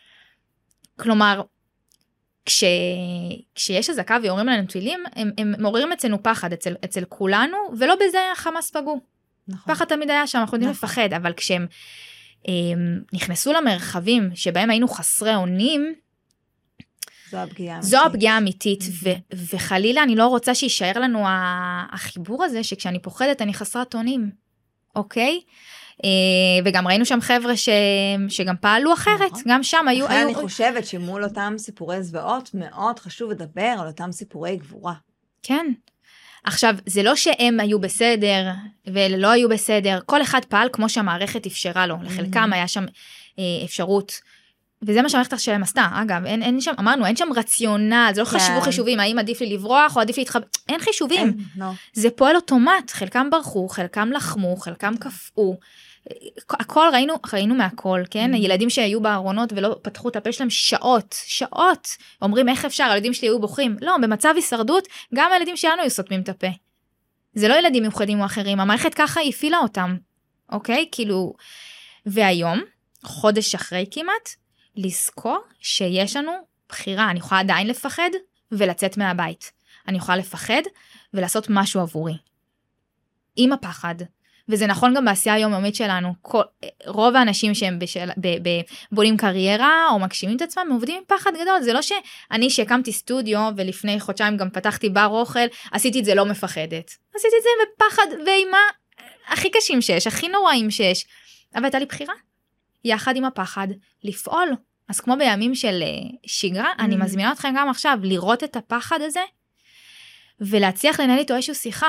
כלומר, כש, כשיש הזקה ויורים עלינו תפילים, הם, הם מעוררים אצלנו פחד, אצל, אצל כולנו, ולא בזה החמאס פגעו. נכון. פחד תמיד היה שם, אנחנו יודעים נכון. לפחד, אבל כשהם הם, נכנסו למרחבים שבהם היינו חסרי אונים, זו הפגיעה האמיתית. זו הפגיעה האמיתית, ו- וחלילה אני לא רוצה שישאר לנו החיבור הזה, שכשאני פוחדת אני חסרת אונים, אוקיי? וגם ראינו שם חבר'ה ש... שגם פעלו אחרת, גם שם היו... היו... אני חושבת שמול אותם סיפורי זוועות, מאוד חשוב לדבר על אותם סיפורי גבורה. כן. עכשיו, זה לא שהם היו בסדר, ולא היו בסדר, כל אחד פעל כמו שהמערכת אפשרה לו, לחלקם היה שם אפשרות, וזה מה שהמערכת שלהם עשתה, אגב, אין, אין שם, אמרנו, אין שם רציונל, זה לא חשבו חישובים, האם עדיף לי לברוח או עדיף לי להתחבא, אין חישובים, אין, no. זה פועל אוטומט, חלקם ברחו, חלקם לחמו, חלקם קפאו, הכל ראינו, ראינו מהכל, כן? הילדים שהיו בארונות ולא פתחו את הפה שלהם שעות, שעות, אומרים איך אפשר, הילדים שלי היו בוכים, לא, במצב הישרדות, גם הילדים שלנו היו סותמים את הפה, זה לא ילדים מיוחדים או אחרים, המערכת ככה הפעילה אותם, אוקיי? כאילו, והיום, חודש אחרי כמעט, לזכור שיש לנו בחירה, אני יכולה עדיין לפחד ולצאת מהבית, אני יכולה לפחד ולעשות משהו עבורי, עם הפחד, וזה נכון גם בעשייה היומיומית שלנו, כל, רוב האנשים שהם בשל, ב, ב, בונים קריירה או מגשימים את עצמם, הם עובדים עם פחד גדול, זה לא שאני שהקמתי סטודיו ולפני חודשיים גם פתחתי בר אוכל, עשיתי את זה לא מפחדת, עשיתי את זה בפחד ואימה הכי קשים שיש, הכי נוראים שיש, אבל הייתה לי בחירה, יחד עם הפחד, לפעול. אז כמו בימים של שגרה, mm. אני מזמינה אתכם גם עכשיו, לראות את הפחד הזה, ולהצליח לנהל איתו איזשהו שיחה.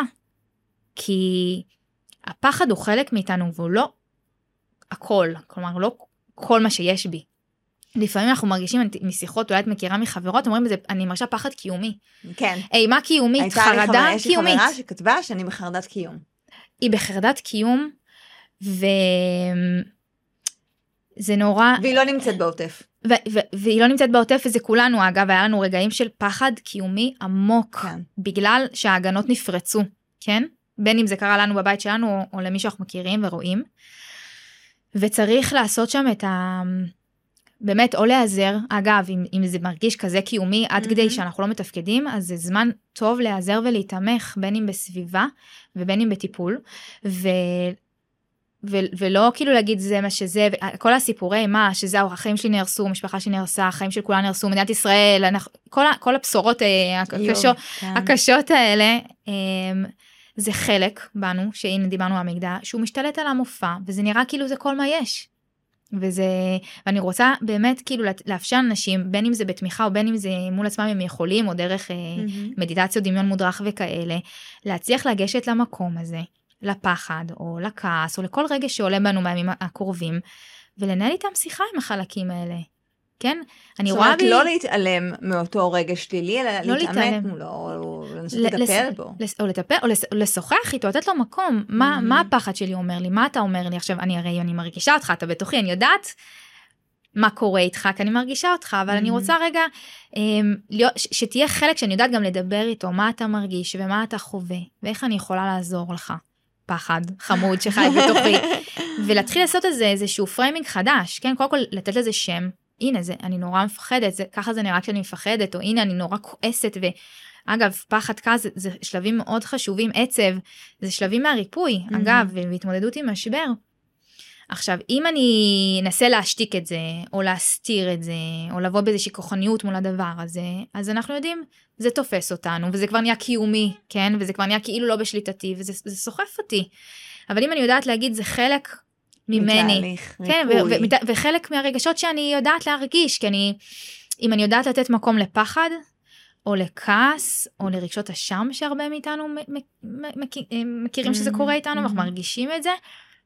כי הפחד הוא חלק מאיתנו, והוא לא הכל, כלומר, לא כל מה שיש בי. לפעמים אנחנו מרגישים משיחות, אולי את מכירה מחברות, אומרים בזה, אני מרגישה פחד קיומי. כן. אימה קיומית, חרדה קיומית. יש לי חברה שכתבה שאני בחרדת קיום. היא בחרדת קיום, וזה נורא... והיא לא נמצאת בעוטף. ו- ו- והיא לא נמצאת בעוטף, וזה כולנו, אגב, היה לנו רגעים של פחד קיומי עמוק, כן. בגלל שההגנות נפרצו, כן? בין אם זה קרה לנו בבית שלנו, או, או למי שאנחנו מכירים ורואים, וצריך לעשות שם את ה... באמת, או להיעזר, אגב, אם, אם זה מרגיש כזה קיומי, עד mm-hmm. כדי שאנחנו לא מתפקדים, אז זה זמן טוב להיעזר ולהתאמך, בין אם בסביבה, ובין אם בטיפול, ו... ו- ולא כאילו להגיד זה מה שזה, כל הסיפורי מה, שזה החיים שלי נהרסו, משפחה שלי נהרסה, החיים של כולה נהרסו, מדינת ישראל, אנחנו, כל, ה- כל הבשורות אה, הקשות, כן. הקשות האלה, אה, זה חלק בנו, שהנה דיברנו המגדע, שהוא משתלט על המופע, וזה נראה כאילו זה כל מה יש. וזה, ואני רוצה באמת כאילו לאפשר אנשים, בין אם זה בתמיכה, או בין אם זה מול עצמם הם יכולים, או דרך אה, mm-hmm. מדיטציות, דמיון מודרך וכאלה, להצליח לגשת למקום הזה. לפחד, או לכעס, או לכל רגע שעולה בנו בימים הקרובים, ולנהל איתם שיחה עם החלקים האלה. כן? אני רואה בי... זאת אומרת, לא להתעלם מאותו רגע שלילי, אלא לא להתעמת מולו, או לנסות לטפל בו. או לטפל, או לשוחח איתו, לתת לו מקום. מה, מה הפחד שלי אומר לי? מה אתה אומר לי? עכשיו, אני הרי, אני מרגישה אותך, אתה בתוכי, אני יודעת מה קורה איתך, כי אני מרגישה אותך, אבל אני רוצה רגע, שתהיה חלק שאני יודעת גם לדבר איתו, מה אתה מרגיש, ומה אתה חווה, ואיך אני יכולה לעזור לך. פחד, חמוד שחי בתוכי, ולהתחיל לעשות את זה איזשהו פריימינג חדש, כן? קודם כל לתת לזה שם, הנה זה, אני נורא מפחדת, זה, ככה זה נראה כשאני מפחדת, או הנה אני נורא כועסת, ואגב, פחד כזה, זה שלבים מאוד חשובים, עצב, זה שלבים מהריפוי, mm-hmm. אגב, והתמודדות עם משבר. עכשיו, אם אני אנסה להשתיק את זה, או להסתיר את זה, או לבוא באיזושהי כוחניות מול הדבר הזה, אז אנחנו יודעים, זה תופס אותנו, וזה כבר נהיה קיומי, כן? וזה כבר נהיה כאילו לא בשליטתי, וזה זה סוחף אותי. אבל אם אני יודעת להגיד, זה חלק ממני. מתהליך, כן, ו- ו- וחלק מהרגשות שאני יודעת להרגיש, כי אני, אם אני יודעת לתת מקום לפחד, או לכעס, או לרגשות אשם שהרבה מאיתנו מכירים שזה קורה איתנו, ואנחנו מרגישים את זה,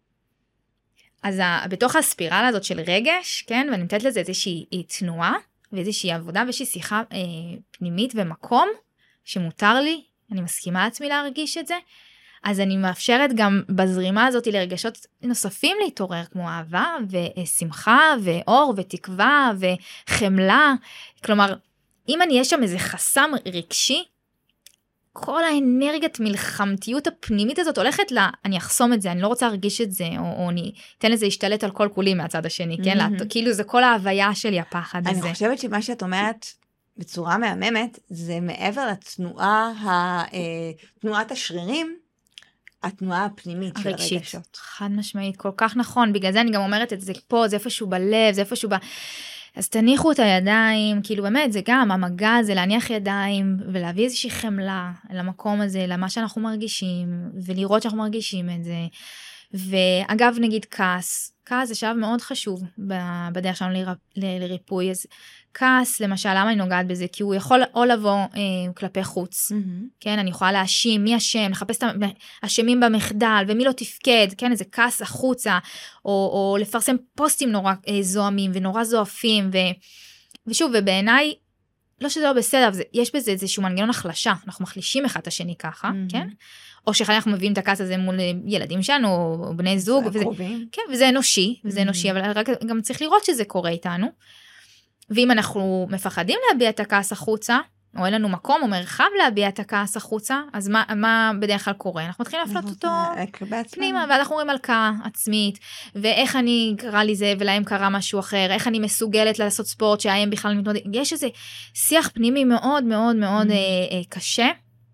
אז בתוך הספירלה הזאת של רגש, כן, ואני נותנת לזה איזושהי תנועה, ואיזושהי עבודה, ואיזושהי שיחה אה, פנימית ומקום, שמותר לי, אני מסכימה לעצמי להרגיש את זה, אז אני מאפשרת גם בזרימה הזאת לרגשות נוספים להתעורר, כמו אהבה, ושמחה, ואור, ותקווה, וחמלה, כלומר, אם אני יש שם איזה חסם רגשי, כל האנרגיית מלחמתיות הפנימית הזאת הולכת לה, אני אחסום את זה, אני לא רוצה להרגיש את זה, או, או אני אתן לזה להשתלט על כל כולי מהצד השני, כן? לה, כאילו זה כל ההוויה שלי, הפחד הזה. אני חושבת שמה שאת אומרת בצורה מהממת, זה מעבר לתנועה, תנועת השרירים, התנועה הפנימית של הרגשות. חד משמעית, כל כך נכון, בגלל זה אני גם אומרת את זה פה, זה איפשהו בלב, זה איפשהו ב... אז תניחו את הידיים, כאילו באמת זה גם, המגע זה להניח ידיים, ולהביא איזושהי חמלה למקום הזה, למה שאנחנו מרגישים, ולראות שאנחנו מרגישים את זה. ואגב נגיד כעס, כעס זה שלב מאוד חשוב בדרך שלנו לריפוי, אז כעס למשל, למה אני נוגעת בזה? כי הוא יכול או לבוא אה, כלפי חוץ, mm-hmm. כן, אני יכולה להאשים, מי אשם, לחפש את האשמים במחדל, ומי לא תפקד, כן, איזה כעס החוצה, או, או לפרסם פוסטים נורא אה, זוהמים, ונורא זועפים, ו, ושוב, ובעיניי, לא שזה לא בסדר, זה, יש בזה איזשהו מנגנון החלשה, אנחנו מחלישים אחד את השני ככה, mm-hmm. כן? או שאחרי אנחנו מביאים את הכעס הזה מול ילדים שלנו, או בני זוג, וזה, כן, וזה אנושי, וזה אנושי, אבל רק גם צריך לראות שזה קורה איתנו, ואם אנחנו מפחדים להביע את הכעס החוצה, או אין לנו מקום או מרחב להביע את הכעס החוצה, אז מה, מה בדרך כלל קורה? אנחנו מתחילים להפנות אותו פנימה, ואז אנחנו רואים הלקאה עצמית, ואיך אני קרא לי זה, ולהם קרה משהו אחר, איך אני מסוגלת לעשות ספורט, שהאם בכלל מתמודד, יש איזה שיח פנימי מאוד מאוד מאוד אה, אה, קשה,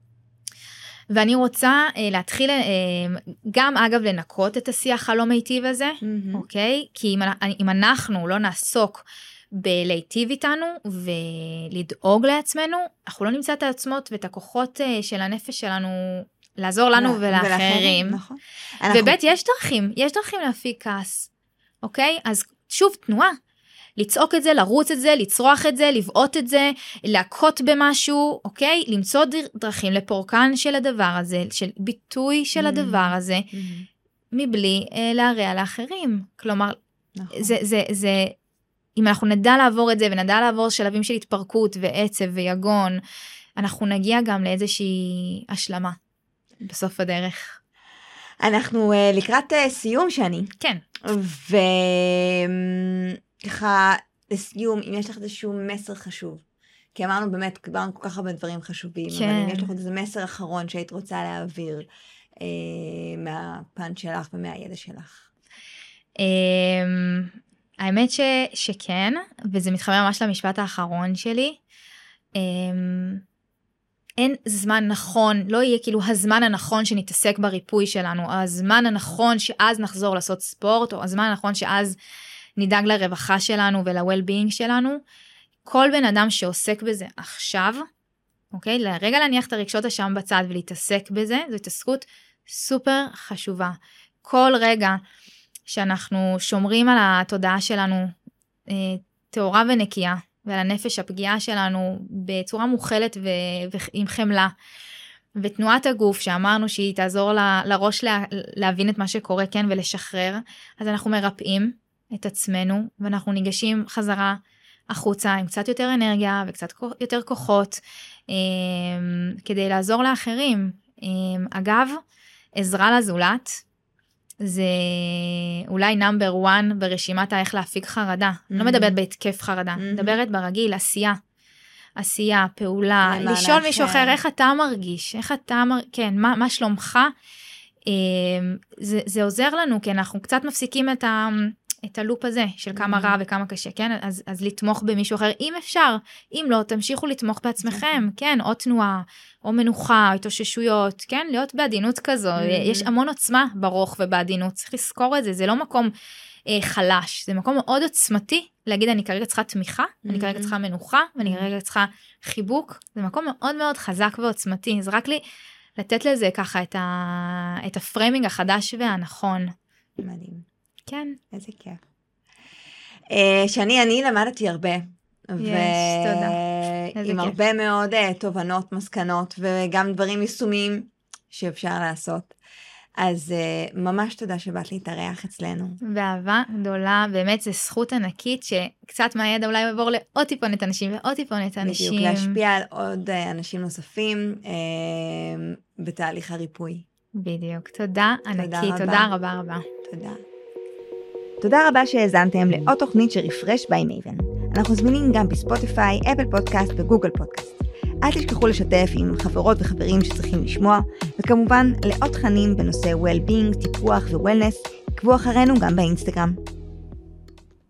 ואני רוצה אה, להתחיל, אה, גם אגב לנקות את השיח הלא מיטיב הזה, mm-hmm. אוקיי? כי אם, אם אנחנו לא נעסוק בלהיטיב איתנו ולדאוג לעצמנו, אנחנו לא נמצא את העצמות ואת הכוחות אה, של הנפש שלנו לעזור לנו ולאחרים. נכון. ובית יש דרכים, יש דרכים להפיק כעס, אוקיי? אז שוב תנועה. לצעוק את זה, לרוץ את זה, לצרוח את זה, לבעוט את זה, להכות במשהו, אוקיי? למצוא דרכים לפורקן של הדבר הזה, של ביטוי של הדבר הזה, מבלי אה, להרע לאחרים. כלומר, נכון. זה, זה, זה, אם אנחנו נדע לעבור את זה, ונדע לעבור שלבים של התפרקות ועצב ויגון, אנחנו נגיע גם לאיזושהי השלמה בסוף הדרך. אנחנו uh, לקראת uh, סיום שני. כן. וככה, לסיום, אם יש לך איזשהו מסר חשוב, כי אמרנו באמת, קיבלנו כל כך הרבה דברים חשובים, כן. אבל אם יש לך עוד איזה מסר אחרון שהיית רוצה להעביר אה, מהפן שלך ומהידע שלך. אה, האמת ש, שכן, וזה מתחבר ממש למשפט האחרון שלי, אה, אין זמן נכון, לא יהיה כאילו הזמן הנכון שנתעסק בריפוי שלנו, הזמן הנכון שאז נחזור לעשות ספורט, או הזמן הנכון שאז נדאג לרווחה שלנו ול-well-being שלנו. כל בן אדם שעוסק בזה עכשיו, אוקיי? לרגע להניח את הרגשות השם בצד ולהתעסק בזה, זו התעסקות סופר חשובה. כל רגע שאנחנו שומרים על התודעה שלנו, אה, טהורה ונקייה, ועל הנפש הפגיעה שלנו בצורה מוכלת ו- ועם חמלה, ותנועת הגוף שאמרנו שהיא תעזור ל- לראש לה- להבין את מה שקורה, כן, ולשחרר, אז אנחנו מרפאים את עצמנו, ואנחנו ניגשים חזרה החוצה עם קצת יותר אנרגיה וקצת יותר כוחות, כדי לעזור לאחרים. אגב, עזרה לזולת, זה אולי נאמבר וואן ברשימת האיך להפיג חרדה. אני לא מדברת בהתקף חרדה, מדברת ברגיל, עשייה. עשייה, פעולה, לשאול מישהו אחר, איך אתה מרגיש, איך אתה מרגיש, כן, מה, מה שלומך? זה, זה עוזר לנו, כי אנחנו קצת מפסיקים את ה... את הלופ הזה של כמה רע וכמה קשה, כן? אז, אז לתמוך במישהו אחר, אם אפשר, אם לא, תמשיכו לתמוך בעצמכם, כן? או תנועה, או מנוחה, או התאוששויות, כן? להיות בעדינות כזו, יש המון עוצמה ברוך ובעדינות, צריך לזכור את זה, זה לא מקום אה, חלש, זה מקום מאוד עוצמתי, להגיד אני כרגע צריכה תמיכה, אני כרגע צריכה מנוחה, ואני כרגע צריכה חיבוק, זה מקום מאוד מאוד חזק ועוצמתי, אז רק לי לתת לזה ככה את, ה, את הפריימינג החדש והנכון. מדהים. כן. איזה כיף. Uh, שאני, אני למדתי הרבה. יש, תודה. ועם הרבה מאוד uh, תובנות, מסקנות, וגם דברים יישומיים שאפשר לעשות. אז uh, ממש תודה שבאת להתארח אצלנו. באהבה גדולה, באמת זו זכות ענקית, שקצת מהידע אולי יעבור לעוד טיפונת אנשים, ועוד טיפונת אנשים. בדיוק, להשפיע על עוד uh, אנשים נוספים uh, בתהליך הריפוי. בדיוק, תודה ענקית, תודה רבה רבה. תודה. תודה רבה שהאזנתם לעוד תוכנית של רפרש ביי מייבן. אנחנו זמינים גם בספוטיפיי, אפל פודקאסט וגוגל פודקאסט. אל תשכחו לשתף עם חברות וחברים שצריכים לשמוע, וכמובן לעוד תכנים בנושא well-being, טיפוח ו-wellness, עקבו אחרינו גם באינסטגרם.